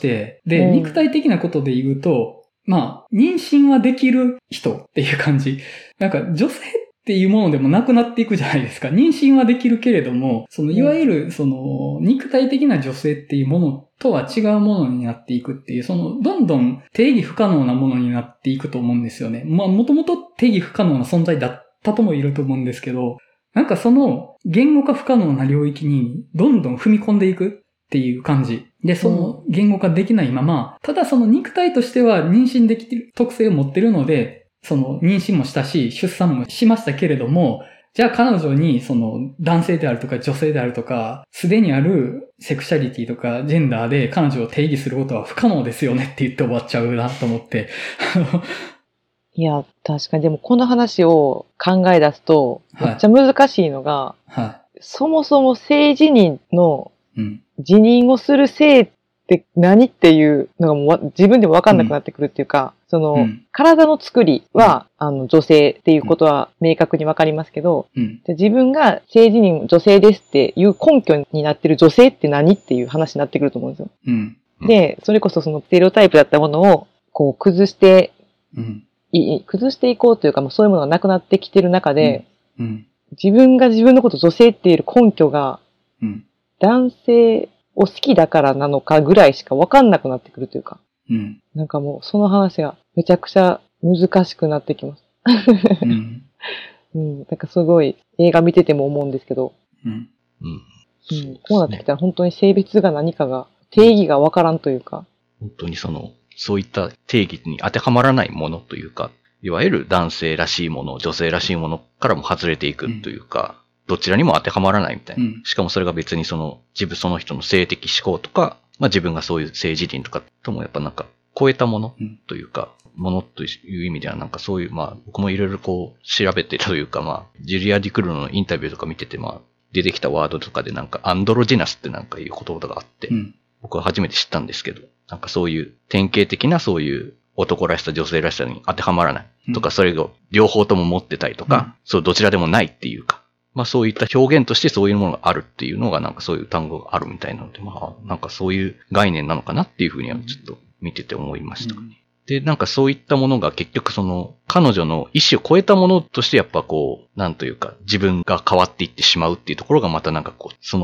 Speaker 1: で、うん、肉体的なことで言うと、まあ、妊娠はできる人っていう感じ。なんか女性っていうものでもなくなっていくじゃないですか。妊娠はできるけれども、そのいわゆるその肉体的な女性っていうものとは違うものになっていくっていう、そのどんどん定義不可能なものになっていくと思うんですよね。まあ、もともと定義不可能な存在だった。たともいると思うんですけど、なんかその言語化不可能な領域にどんどん踏み込んでいくっていう感じ。で、その言語化できないまま、ただその肉体としては妊娠できてる特性を持ってるので、その妊娠もしたし、出産もしましたけれども、じゃあ彼女にその男性であるとか女性であるとか、すでにあるセクシャリティとかジェンダーで彼女を定義することは不可能ですよねって言って終わっちゃうなと思って。
Speaker 3: いや、確かに。でもこの話を考え出すと、めっちゃ難しいのが、
Speaker 1: はいはい、
Speaker 3: そもそも性自認の、
Speaker 1: うん、
Speaker 3: 自認をする性って何っていうのがもう自分でも分かんなくなってくるっていうか、うん、その、うん、体の作りは、うん、あの、女性っていうことは明確に分かりますけど、
Speaker 1: うん、
Speaker 3: 自分が性自認女性ですっていう根拠になってる女性って何っていう話になってくると思うんですよ。
Speaker 1: うん、
Speaker 3: で、それこそそのステレオタイプだったものを、こう、崩して、
Speaker 1: うん
Speaker 3: 崩していこうというか、もうそういうものがなくなってきてる中で、
Speaker 1: うんうん、
Speaker 3: 自分が自分のことを女性って言える根拠が、
Speaker 1: うん、
Speaker 3: 男性を好きだからなのかぐらいしか分かんなくなってくるというか、
Speaker 1: うん、
Speaker 3: なんかもうその話がめちゃくちゃ難しくなってきます。
Speaker 1: うん
Speaker 3: うん、なんかすごい映画見てても思うんですけど、
Speaker 1: うん
Speaker 4: うん
Speaker 3: うん、こうなってきたら本当に性別が何かが定義が分からんというか、
Speaker 4: 本当にそのそういった定義に当てはまらないものというか、いわゆる男性らしいもの、女性らしいものからも外れていくというか、うん、どちらにも当てはまらないみたいな。うん、しかもそれが別にその自分その人の性的思考とか、まあ自分がそういう性自認とかともやっぱなんか超えたものというか、うん、ものという意味ではなんかそういう、まあ僕もいろいろこう調べてというか、まあジュリア・ディクルノのインタビューとか見てて、まあ出てきたワードとかでなんかアンドロジナスってなんかいう言葉があって、うん、僕は初めて知ったんですけど、なんかそういう典型的なそういう男らしさ、女性らしさに当てはまらないとか、うん、それを両方とも持ってたりとか、うん、そうどちらでもないっていうか、まあそういった表現としてそういうものがあるっていうのがなんかそういう単語があるみたいなので、まあなんかそういう概念なのかなっていうふうにはちょっと見てて思いました、ね。うん、で、なんかそういったものが結局その彼女の意思を超えたものとしてやっぱこう、なんというか自分が変わっていってしまうっていうところがまたなんかこう、その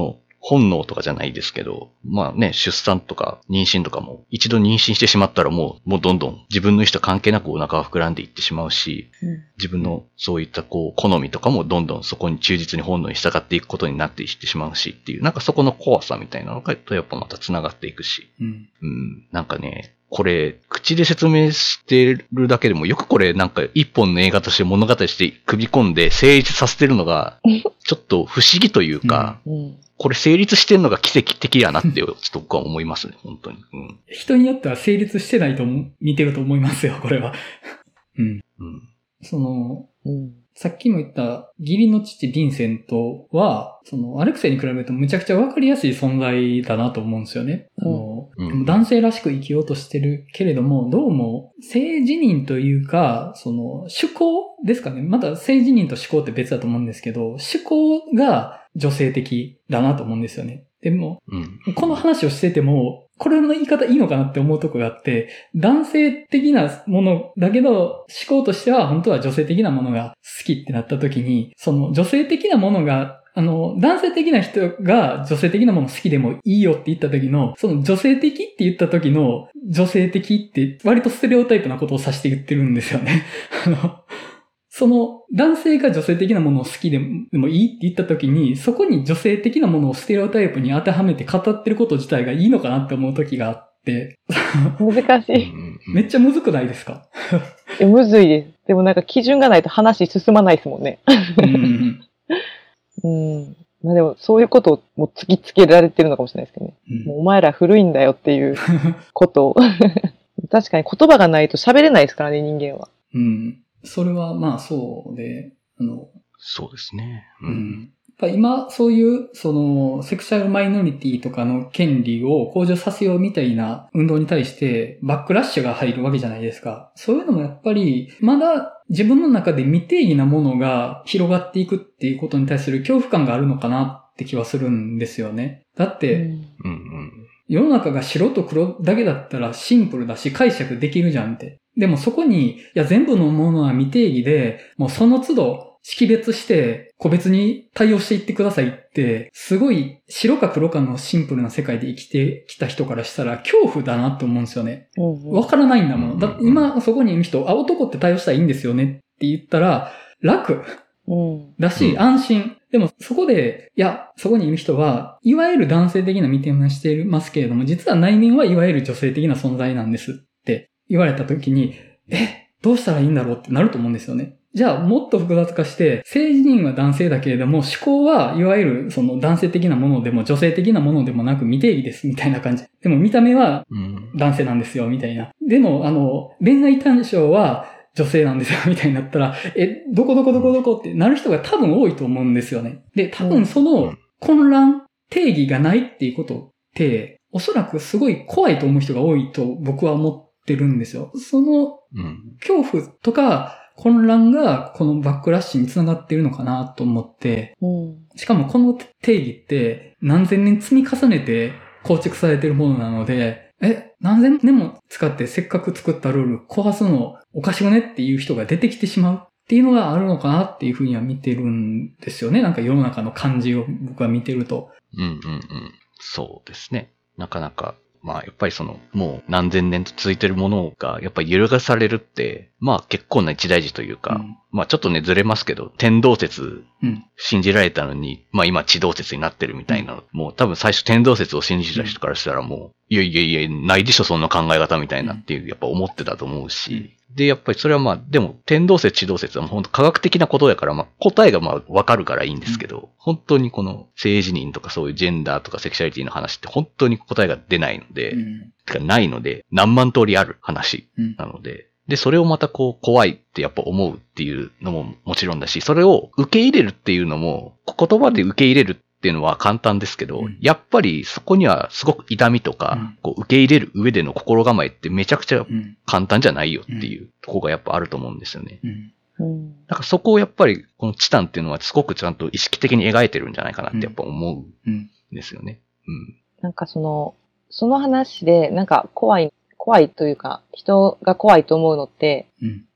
Speaker 4: 本能とかじゃないですけど、まあね、出産とか妊娠とかも、一度妊娠してしまったらもう、もうどんどん自分の意思と関係なくお腹が膨らんでいってしまうし、うん、自分のそういったこう、好みとかもどんどんそこに忠実に本能に従っていくことになっていってしまうしっていう、なんかそこの怖さみたいなのがとやっぱまた繋がっていくし、うん、うん、なんかね、これ、口で説明してるだけでも、よくこれなんか一本の映画として物語として組み込んで成立させてるのが、ちょっと不思議というか、うんうん、これ成立してるのが奇跡的やなって、ちょっと僕は思いますね、本当に。うん、
Speaker 1: 人によっては成立してないと見てると思いますよ、これは。うん。うん、その、うんさっきも言った義理の父ヴィンセントは、そのアレクセイに比べるとむちゃくちゃわかりやすい存在だなと思うんですよね。うん、あの、うん、男性らしく生きようとしてるけれども、どうも性自認というか、その思考ですかね。また性自認と思考って別だと思うんですけど、思考が女性的だなと思うんですよね。でも、うん、この話をしてても、これの言い方いいのかなって思うとこがあって、男性的なものだけど、思考としては本当は女性的なものが好きってなった時に、その女性的なものが、あの、男性的な人が女性的なもの好きでもいいよって言った時の、その女性的って言った時の女性的って割とステレオタイプなことを指して言ってるんですよね。あの、その男性が女性的なものを好きでもいいって言った時に、そこに女性的なものをステレオタイプに当てはめて語ってること自体がいいのかなって思う時があって。
Speaker 3: 難しい。
Speaker 1: めっちゃむずくないですか？
Speaker 3: いや、むずいです。でもなんか基準がないと話進まないですもんね。うん、うん。まあでもそういうことをもう突きつけられてるのかもしれないですけどね。うん、もうお前ら古いんだよっていうことを。確かに言葉がないと喋れないですからね、人間は。
Speaker 1: うん。それはまあそうで、あの、
Speaker 4: そうですね。
Speaker 1: うん。うん、やっぱ今そういうそのセクシャルマイノリティとかの権利を向上させようみたいな運動に対してバックラッシュが入るわけじゃないですか。そういうのもやっぱりまだ自分の中で未定義なものが広がっていくっていうことに対する恐怖感があるのかなって気はするんですよね。だって、うんうん、世の中が白と黒だけだったらシンプルだし解釈できるじゃんって。でもそこに、いや全部のものは未定義で、もうその都度識別して個別に対応していってくださいって、すごい白か黒かのシンプルな世界で生きてきた人からしたら恐怖だなって思うんですよね。わからないんだもん。だ今そこにいる人、あ、男って対応したらいいんですよねって言ったら楽だし安心。でもそこで、いや、そこにいる人は、いわゆる男性的な見てもしていますけれども、実は内面はいわゆる女性的な存在なんですって言われたときに、え、どうしたらいいんだろうってなると思うんですよね。じゃあ、もっと複雑化して、性自認は男性だけれども、思考はいわゆるその男性的なものでも女性的なものでもなく未定義ですみたいな感じ。でも見た目は男性なんですよみたいな。でも、あの、恋愛対象は、女性なんですよ、みたいになったら、え、どこどこどこどこってなる人が多分多いと思うんですよね。で、多分その混乱、定義がないっていうことって、おそらくすごい怖いと思う人が多いと僕は思ってるんですよ。その、恐怖とか混乱がこのバックラッシュにつながっているのかなと思って、しかもこの定義って何千年積み重ねて構築されているものなので、え、何千年も使ってせっかく作ったルール壊すのおかしくねっていう人が出てきてしまうっていうのがあるのかなっていうふうには見てるんですよね。なんか世の中の感じを僕は見てると。
Speaker 4: うんうんうん。そうですね。なかなか、まあやっぱりその、もう何千年と続いてるものがやっぱり揺るがされるって、まあ結構な一大事というか、うん、まあちょっとねずれますけど、天動説信じられたのに、うん、まあ今地動説になってるみたいな、うん、もう多分最初天動説を信じた人からしたらもう、いやいやいや、ないでしょそんな考え方みたいなっていう、やっぱ思ってたと思うし、うん、で、やっぱりそれはまあ、でも天動説地動説は本当科学的なことやから、まあ答えがまあわかるからいいんですけど、うん、本当にこの性自認とかそういうジェンダーとかセクシャリティの話って本当に答えが出ないので、うん、てかないので、何万通りある話なので、うんで、それをまたこう、怖いってやっぱ思うっていうのももちろんだし、それを受け入れるっていうのも、言葉で受け入れるっていうのは簡単ですけど、うん、やっぱりそこにはすごく痛みとか、うん、こう受け入れる上での心構えってめちゃくちゃ簡単じゃないよっていうところがやっぱあると思うんですよね。うん、だからそこをやっぱり、このチタンっていうのはすごくちゃんと意識的に描いてるんじゃないかなってやっぱ思うんですよね。うん。
Speaker 3: なんかその、その話で、なんか怖い、怖いというか、人が怖いと思うのって、うん、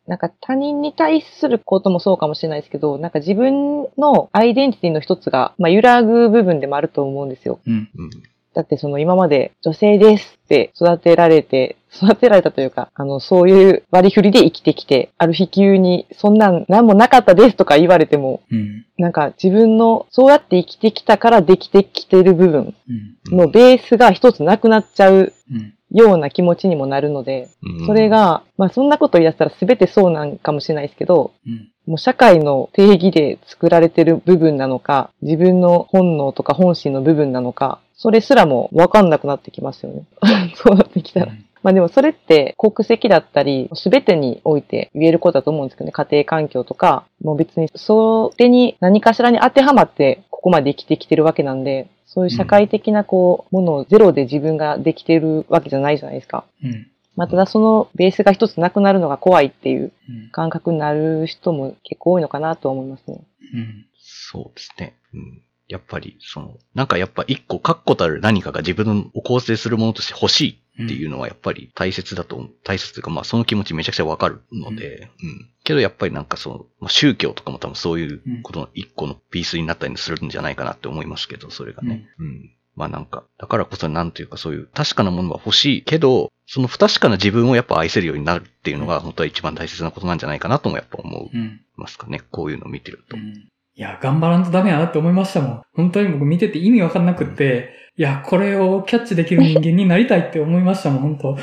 Speaker 3: なんか他人に対することもそうかもしれないですけど、なんか自分のアイデンティティの一つが、まあ、揺らぐ部分でもあると思うんですよ。
Speaker 1: うん。
Speaker 3: だってその今まで女性ですって育てられて、育てられたというか、あの、そういう割り振りで生きてきて、ある日急にそんなん何もなかったですとか言われても、うん、なんか自分のそうやって生きてきたからできてきてる部分のベースが一つなくなっちゃうような気持ちにもなるので、うん、それが、まあそんなこと言い出したら全てそうなんかもしれないですけど、うんもう社会の定義で作られてる部分なのか、自分の本能とか本心の部分なのか、それすらも分かんなくなってきますよね。そうなってきたら。うん、まあでもそれって国籍だったり、すべてにおいて言えることだと思うんですけどね。家庭環境とか、もう別にそれに何かしらに当てはまってここまで生きてきてるわけなんで、そういう社会的なこう、ものをゼロで自分ができてるわけじゃないじゃないですか。うんまあ、ただそのベースが一つなくなるのが怖いっていう感覚になる人も結構多いのかなと思いますね。
Speaker 4: うん、そうですね。うん、やっぱり、その、なんかやっぱ一個確固たる何かが自分を構成するものとして欲しいっていうのはやっぱり大切だと、大切というかまあその気持ちめちゃくちゃわかるので、うん、うん。けどやっぱりなんかその、まあ、宗教とかも多分そういうことの一個のピースになったりするんじゃないかなって思いますけど、それがね。うん、うんまあなんか、だからこそなんというかそういう確かなものは欲しいけど、その不確かな自分をやっぱ愛せるようになるっていうのが本当は一番大切なことなんじゃないかなともやっぱ思いますかね。うん、こういうのを見てると。うん、
Speaker 1: いや、頑張らんとダメやなって思いましたもん。本当に僕見てて意味わかんなくって、いや、これをキャッチできる人間になりたいって思いましたもん、本当。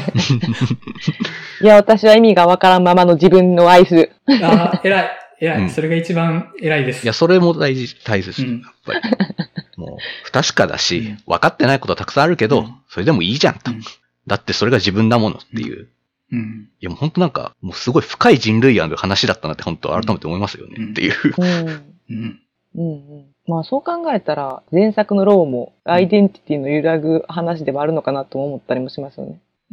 Speaker 3: いや、私は意味がわからんままの自分を愛する。
Speaker 1: ああ、偉い。偉い、うん。それが一番偉いです。
Speaker 4: いや、それも大事、大切。うん、やっぱり。もう、不確かだし、分かってないことはたくさんあるけど、うん、それでもいいじゃんと、うん。だってそれが自分だものっていう。うん、いや、もう本当なんか、もうすごい深い人類愛の話だったなって本当改めて思いますよね、うん、っていう。うん。
Speaker 3: うんうんうん、まあそう考えたら、前作のローもアイデンティティの揺らぐ話でもあるのかなと思ったりもしますよね。
Speaker 1: うん。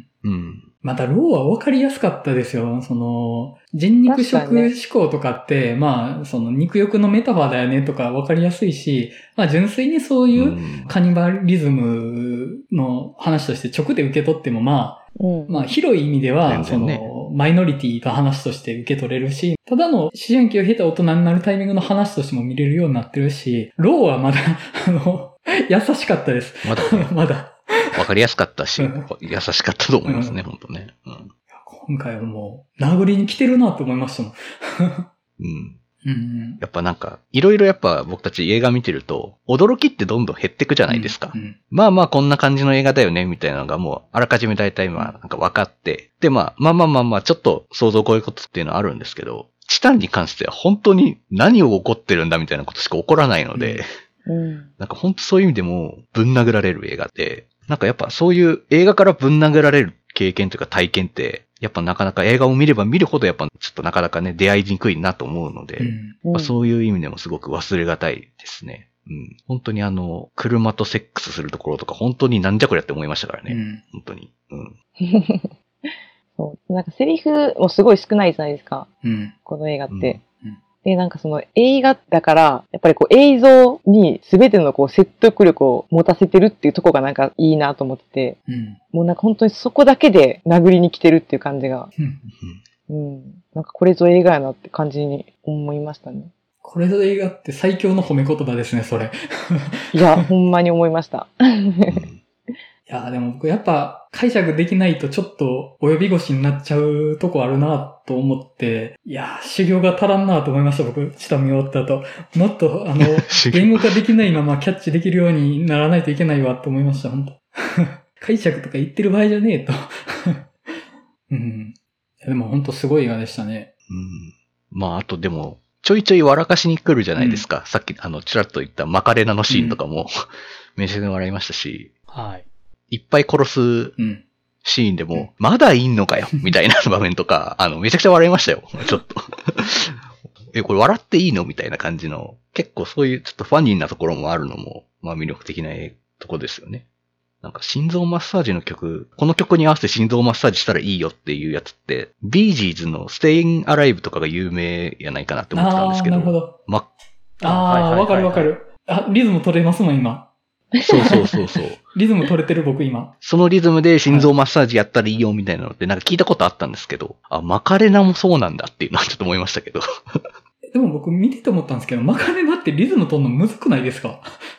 Speaker 1: うん。また、ローは分かりやすかったですよ。その、人肉食思考とかって、ね、まあ、その肉欲のメタファーだよねとか分かりやすいし、まあ純粋にそういうカニバリズムの話として直で受け取ってもまあ、うん、まあ広い意味では、ね、その、マイノリティの話として受け取れるし、ただの思春期を経た大人になるタイミングの話としても見れるようになってるし、ローはまだ、あの、優しかったです。
Speaker 4: まだ、ね、
Speaker 1: まだ。
Speaker 4: わかりやすかったし、うん、優しかったと思いますね、うん、本当ね、うん。
Speaker 1: 今回はもう、殴りに来てるなと思いましたもん。
Speaker 4: うんうん、やっぱなんか、いろいろやっぱ僕たち映画見てると、驚きってどんどん減ってくじゃないですか。うんうん、まあまあこんな感じの映画だよね、みたいなのがもう、あらかじめ大体まあなんか分かって、でまあ、まあまあまあまあ、ちょっと想像を超えることっていうのはあるんですけど、チタンに関しては本当に何を起こってるんだみたいなことしか起こらないので、うん、なんか本当そういう意味でもぶん殴られる映画で、なんかやっぱそういう映画からぶん殴られる経験というか体験って、やっぱなかなか映画を見れば見るほどやっぱちょっとなかなかね、出会いにくいなと思うので、うんまあ、そういう意味でもすごく忘れがたいですね。うん。本当にあの、車とセックスするところとか本当になんじゃこりゃって思いましたからね。うん、本当に。うん。
Speaker 3: そう。なんかセリフもすごい少ないじゃないですか。うん。この映画って。うん、で、なんかその映画だから、やっぱりこう映像に全てのこう説得力を持たせてるっていうところがなんかいいなと思ってて、うん、もうなんか本当にそこだけで殴りに来てるっていう感じが、うん、なんかこれぞ映画やなって感じに思いましたね。
Speaker 1: これぞ映画って最強の褒め言葉ですね、それ。
Speaker 3: いや、ほんまに思いました。
Speaker 1: いや、でも僕やっぱ解釈できないとちょっと及び腰になっちゃうとこあるなと思って、いや、修行が足らんなと思いました、僕、チタ見終わった後。もっと、あの、言語化できないままキャッチできるようにならないといけないわと思いました、本当解釈とか言ってる場合じゃねえと。うん。でも本当すごい映画でしたね。
Speaker 4: うん。まあ、あとでも、ちょいちょい笑かしに来るじゃないですか。うん、さっき、あの、ちらっと言ったマカレナのシーンとかも、うん、めちゃくちゃ笑いましたし。はい。いっぱい殺すシーンでも、うん、まだいんのかよみたいな場面とか、あの、めちゃくちゃ笑いましたよ。ちょっと。え、これ笑っていいのみたいな感じの、結構そういうちょっとファニーなところもあるのも、まあ魅力的なとこですよね。なんか心臓マッサージの曲、この曲に合わせて心臓マッサージしたらいいよっていうやつって、ビージーズの Staying Alive とかが有名やないかなって思ってたんですけど。
Speaker 1: ああ、なるほど。ま、ああ、わ、はいはい、かるわかる。あ、リズム取れますもん、今。
Speaker 4: そうそうそうそう。
Speaker 1: リズム取れてる僕今。
Speaker 4: そのリズムで心臓マッサージやったらいいよみたいなのってなんか聞いたことあったんですけど、あ、マカレナもそうなんだっていうのはちょっと思いましたけど。
Speaker 1: でも僕見てて思ったんですけど、マカレナってリズム取るのむずくないですか？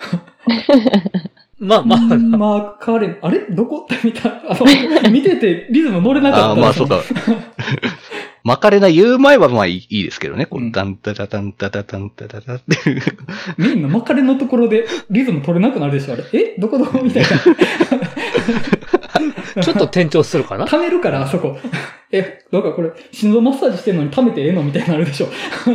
Speaker 2: まあまあ。
Speaker 1: マカレナ、あれどこって見た、あの、見ててリズム乗れなかった。
Speaker 4: あ、まあそうか。マカレナ言う前はまあいいですけどね。こう、タンタタタンタタタンタタタっていう。
Speaker 1: メインのマカレナのところでリズム取れなくなるでしょ、あれ。えどこどこみたいな。
Speaker 2: ちょっと転調するかな？
Speaker 1: 溜めるから、あそこ。え、なんかこれ、心臓マッサージしてんのに溜めてええのみたいになるでしょ。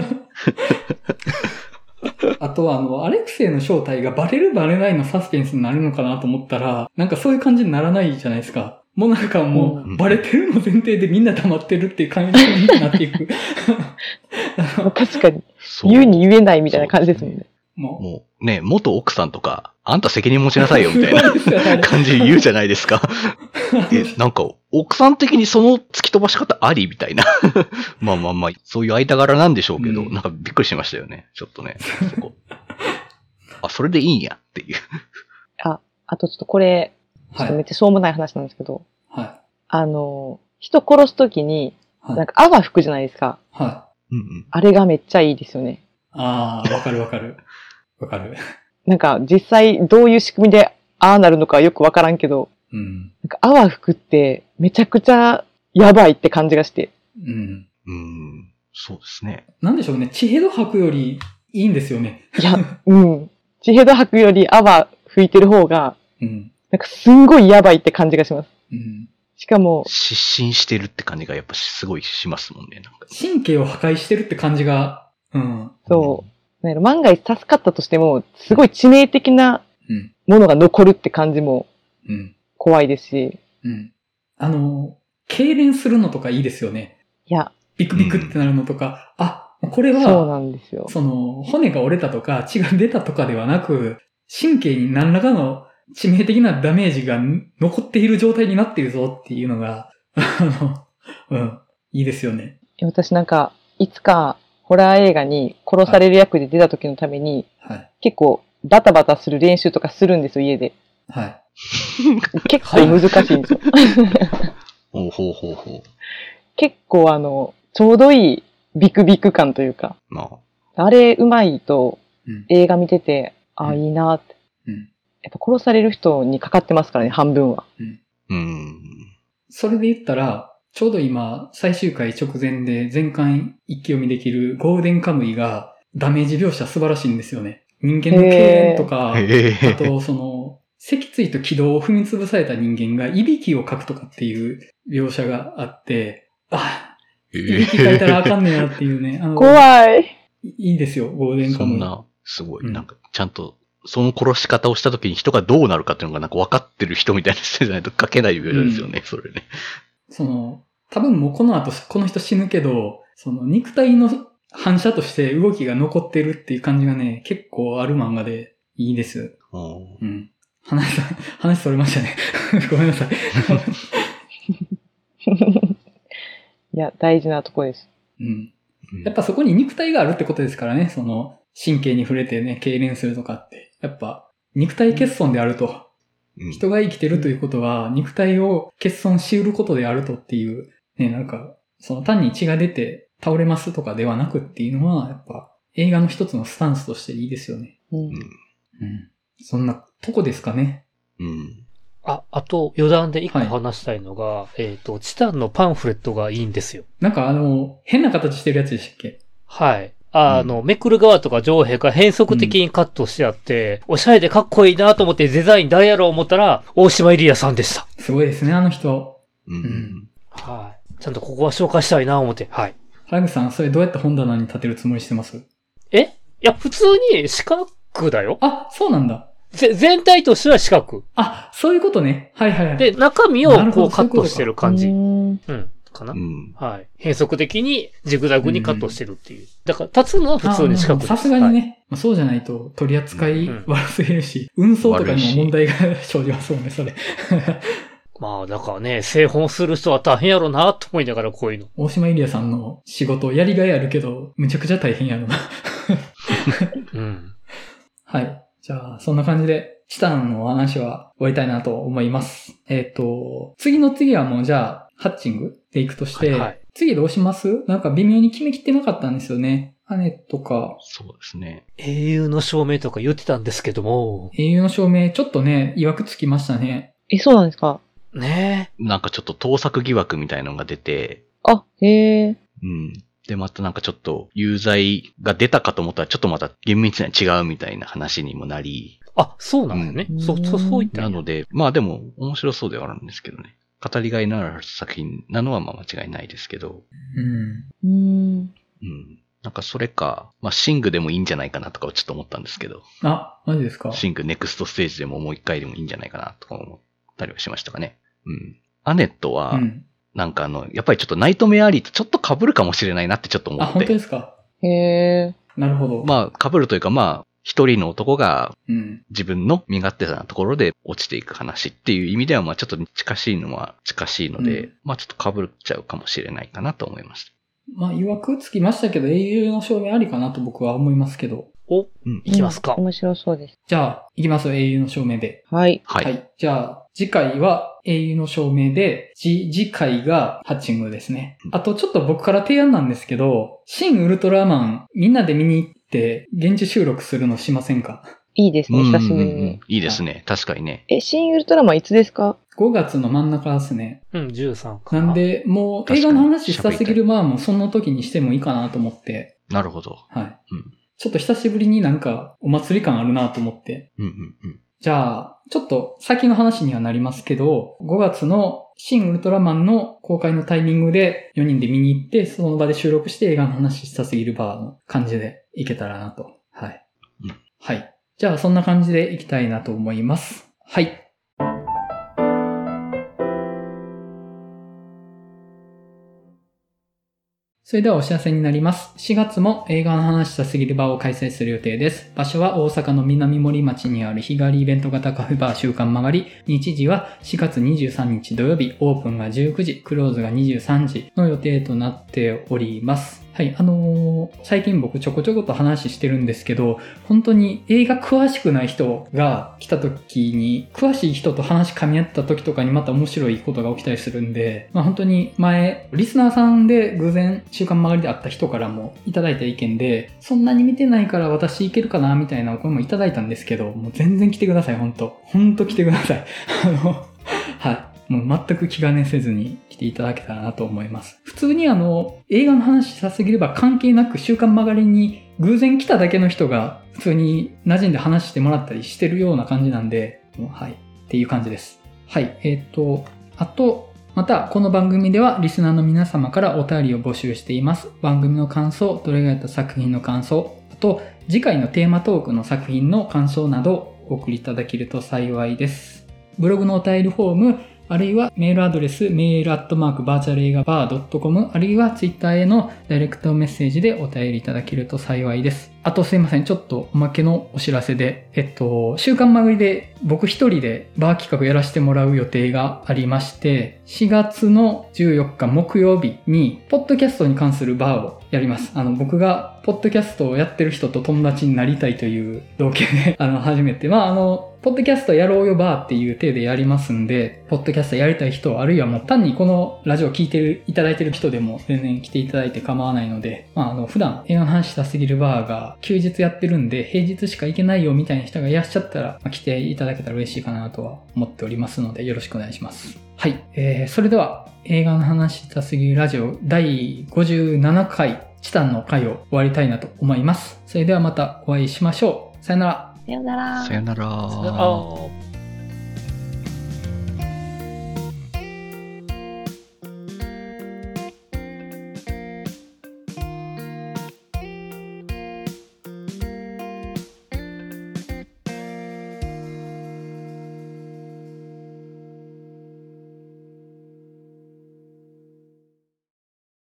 Speaker 1: あとは、あの、アレクセイの正体がバレるバレないのサスペンスになるのかなと思ったら、なんかそういう感じにならないじゃないですか。もうなんかもう、バレてるの前提でみんな黙ってるっていう感じになっていく。
Speaker 3: 確かに。言うに言えないみたいな感じですもんね。
Speaker 4: もう、もうね、元奥さんとか、あんた責任持ちなさいよみたいな感じで言うじゃないですか。え、なんか、奥さん的にその突き飛ばし方ありみたいな。まあまあまあ、そういう間柄なんでしょうけど、うん、なんかびっくりしましたよね。ちょっとね。そこあ、それでいいんやっていう。
Speaker 3: あ、あとちょっとこれ、ちょっとめっちゃしょうもない話なんですけど、
Speaker 1: はい。
Speaker 3: あの、人殺すときに、
Speaker 1: はい、
Speaker 3: なんか泡吹くじゃないですか。
Speaker 1: はい。
Speaker 4: うんうん、
Speaker 3: あれがめっちゃいいですよね。
Speaker 1: ああ、わかるわかる。わかる。
Speaker 3: なんか実際どういう仕組みでああなるのかよくわからんけど、
Speaker 1: うん、
Speaker 3: なんか泡吹くってめちゃくちゃやばいって感じがして。
Speaker 1: うん。
Speaker 4: うん、そうですね。
Speaker 1: なんでしょうね。血ヘド吐くよりいいんですよね。
Speaker 3: いや、うん。血ヘド吐くより泡吹いてる方が、
Speaker 1: うん、
Speaker 3: なんかすんごいやばいって感じがします。
Speaker 1: うん、
Speaker 3: しかも、
Speaker 4: 失神してるって感じがやっぱすごいしますもんね。なんか
Speaker 1: 神経を破壊してるって感じが、うん。
Speaker 3: そう。なんか万が一助かったとしても、すごい致命的なものが残るって感じも怖いですし。
Speaker 1: うん。うん、あの、痙攣するのとかいいですよね。
Speaker 3: いや。
Speaker 1: ビクビクってなるのとか、うん、あ、これは、
Speaker 3: そうなんですよ。
Speaker 1: その、骨が折れたとか、血が出たとかではなく、神経に何らかの致命的なダメージが残っている状態になっているぞっていうのが、あの、うん、いいですよね。
Speaker 3: 私なんか、いつか、ホラー映画に殺される役で出た時のために、
Speaker 1: はい、
Speaker 3: 結構バタバタする練習とかするんですよ、家で。
Speaker 1: はい。
Speaker 3: 結構難しいんですよ。
Speaker 4: ほうほうほうほう。
Speaker 3: 結構あの、ちょうどいいビクビク感というか、
Speaker 4: ま
Speaker 3: あ、あれうまいと映画見てて、
Speaker 1: うん、
Speaker 3: あ、いいなって、
Speaker 1: うん。
Speaker 3: やっぱ殺される人にかかってますからね、半分は。
Speaker 1: うん。
Speaker 4: うん。
Speaker 1: それで言ったら、ちょうど今、最終回直前で全巻一気読みできるゴールデンカムイがダメージ描写素晴らしいんですよね。人間の痙攣とか、あとその、脊椎と気道を踏み潰された人間がいびきをかくとかっていう描写があって、あ、いびきかいたらあかんねやっていうね。あの
Speaker 3: 怖い。
Speaker 1: いいですよ、ゴールデンカムイ。
Speaker 4: そんな、すごい、うん、なんかちゃんと、その殺し方をした時に人がどうなるかっていうのがなんか分かってる人みたいな人じゃないと書けない描写ですよね、うん、それね。
Speaker 1: その、多分もうこの後この人死ぬけど、その肉体の反射として動きが残ってるっていう感じがね、結構ある漫画でいいです。うん。話、話それましたね。ごめんなさい。
Speaker 3: いや、大事なとこです。
Speaker 1: うん。やっぱそこに肉体があるってことですからね、その神経に触れてね、痙攣するとかって。やっぱ肉体欠損であると。うん、人が生きてるということは、肉体を欠損し得ることであるとっていう、ね、なんか、その単に血が出て倒れますとかではなくっていうのは、やっぱ映画の一つのスタンスとしていいですよね。
Speaker 3: うん。うん。
Speaker 1: そんなとこですかね。
Speaker 4: うん。
Speaker 2: あ、あと余談で一個話したいのが、はい、えっと、チタンのパンフレットがいいんですよ。
Speaker 1: なんかあの、変な形してるやつでしたっけ？
Speaker 2: はい。あの、うん、めくる側とか上辺が変則的にカットしてあって、うん、おしゃれでかっこいいなと思ってデザイン誰やろう思ったら、大島エリアさんでした。
Speaker 1: すごいですね、あの人。
Speaker 4: うん。うん、
Speaker 2: はい。ちゃんとここは紹介したいな思って。はい。
Speaker 1: 原口さん、それどうやって本棚に立てるつもりしてます？
Speaker 2: え？いや、普通に四角だよ。
Speaker 1: あ、そうなんだ。
Speaker 2: ぜ、全体としては四角。
Speaker 1: あ、そういうことね。はいはいはい。
Speaker 2: で、中身をこうカットしてる感じ。う, うん。かな、
Speaker 4: うん、
Speaker 2: はい。変則的にジグザグにカットしてるっていう。だから立つのは普通に四角です。
Speaker 1: さすがにね、はい、まあ、そうじゃないと取り扱い悪すぎるし、うん、運送とかにも問題が生じますもんね、それ。
Speaker 2: まあ、だからね、製本する人は大変やろなと思いながらこういうの。
Speaker 1: 大島エリアさんの仕事やりがいあるけど、むちゃくちゃ大変やろな。
Speaker 2: うん。
Speaker 1: はい。じゃあ、そんな感じで、 チタンの話は終わりたいなと思います。えっと、次の次はもうじゃあ、ハッチングで行くとして、はいはい、次どうします？なんか微妙に決めきってなかったんですよね。羽とか。
Speaker 4: そうですね。
Speaker 2: 英雄の証明とか言ってたんですけども。
Speaker 1: 英雄の証明、ちょっとね、曰くつきましたね。
Speaker 3: え、そうなんですか？
Speaker 2: ね
Speaker 4: え。なんかちょっと盗作疑惑みたいなのが出て。
Speaker 3: あ、へえ。
Speaker 4: うん。で、またなんかちょっと有罪が出たかと思ったらちょっとまた厳密には違うみたいな話にもなり。
Speaker 2: あ、そうなんだよね。うん、そう、そう、そう言った。
Speaker 4: なので、まあでも面白そうではあるんですけどね。語りがいのある作品なのはまあ間違いないですけど。
Speaker 1: うん。
Speaker 3: うん。
Speaker 4: うん。なんかそれか、まあシングでもいいんじゃないかなとかちょっと思ったんですけど。
Speaker 1: あ、マジですか？
Speaker 4: シングネクストステージでももう一回でもいいんじゃないかなとか思ったりはしましたかね。うん。アネットは、うんなんかあの、やっぱりちょっとナイトメアリーとちょっと被るかもしれないなってちょっと思って。
Speaker 1: あ、本当ですか？
Speaker 3: へえ。
Speaker 1: なるほど。
Speaker 4: まあ、被るというかまあ、一人の男が、自分の身勝手なところで落ちていく話っていう意味では、まあちょっと近しいのは近しいので、うん、まあちょっと被っちゃうかもしれないかなと思います。
Speaker 1: まあ、曰くつきましたけど、英雄の証明ありかなと僕は思いますけど。
Speaker 2: お、うん、いきますか、
Speaker 3: うん。面白そうです。
Speaker 1: じゃあ、いきますよ、英雄の証明で。
Speaker 3: はい。
Speaker 1: はい。はい、じゃあ、次回は英雄の証明で、次、次回がハッチングですね。あとちょっと僕から提案なんですけど、新ウルトラマンみんなで見に行って現地収録するのしませんか？
Speaker 3: いいですね、久しぶりに。
Speaker 4: いいですね、確かにね。
Speaker 3: え、新ウルトラマンいつですか？
Speaker 1: ごがつの真ん中ですね。
Speaker 2: うん、じゅうさんかな。
Speaker 1: なんで、もう映画の話したすぎるバーもその時にしてもいいかなと思って。
Speaker 4: なるほど。
Speaker 1: はい。うん、ちょっと久しぶりになんかお祭り感あるなと思って。
Speaker 4: うんうんうん。
Speaker 1: じゃあ、ちょっと先の話にはなりますけど、ごがつの新ウルトラマンの公開のタイミングでよにんで見に行って、その場で収録して映画の話したすぎるバーの感じでいけたらなと。はい。
Speaker 4: うん、
Speaker 1: はい。じゃあ、そんな感じでいきたいなと思います。はい。それではお知らせになります。しがつも映画の話したすぎるバーを開催する予定です。場所は大阪の南森町にある日帰りイベント型カフェバー週刊曲がり。日時はしがつにじゅうさんにち土曜日、オープンがじゅうくじ、クローズがにじゅうさんじの予定となっております。はい、あのー、最近僕ちょこちょこと話してるんですけど、本当に映画詳しくない人が来た時に、詳しい人と話噛み合った時とかにまた面白いことが起きたりするんで、まあ本当に前、リスナーさんで偶然週刊曲がりで会った人からもいただいた意見で、そんなに見てないから私いけるかなみたいなお声もいただいたんですけど、もう全然来てください、本当本当来てください。あの、はい。もう全く気兼ねせずに来ていただけたらなと思います。普通にあの、映画の話さすぎれば関係なく週刊曲がりに偶然来ただけの人が普通に馴染んで話してもらったりしてるような感じなんで、はい。っていう感じです。はい。えっと、あと、また、この番組ではリスナーの皆様からお便りを募集しています。番組の感想、どれがやった作品の感想、あと、次回のテーマトークの作品の感想などお送りいただけると幸いです。ブログのお便りフォーム、あるいはメールアドレス、メールアットマークバーチャル映画バードットコム、あるいはツイッターへのダイレクトメッセージでお便りいただけると幸いです。あとすいません、ちょっとおまけのお知らせで、えっと、週刊まぐりで僕一人でバー企画やらせてもらう予定がありまして、しがつのじゅうよっか木曜日に、ポッドキャストに関するバーをやります。あの、僕がポッドキャストをやってる人と友達になりたいという動機で、あの、始めて、まあ、あの、ポッドキャストやろうよバーっていう体でやりますんで、ポッドキャストやりたい人、あるいはもう単にこのラジオを聞いてる、いただいてる人でも全然来ていただいて構わないので、まあ、あの、普段映画の話したすぎるバーが休日やってるんで、平日しか行けないよみたいな人がいらっしゃったら、まあ、来ていただけたら嬉しいかなとは思っておりますので、よろしくお願いします。はい。えー、それでは、映画の話したすぎるラジオだいごじゅうななかい、チタンの回を終わりたいなと思います。それではまたお会いしましょう。さよなら。
Speaker 3: さよなら。
Speaker 4: さよなら。
Speaker 2: さよなら。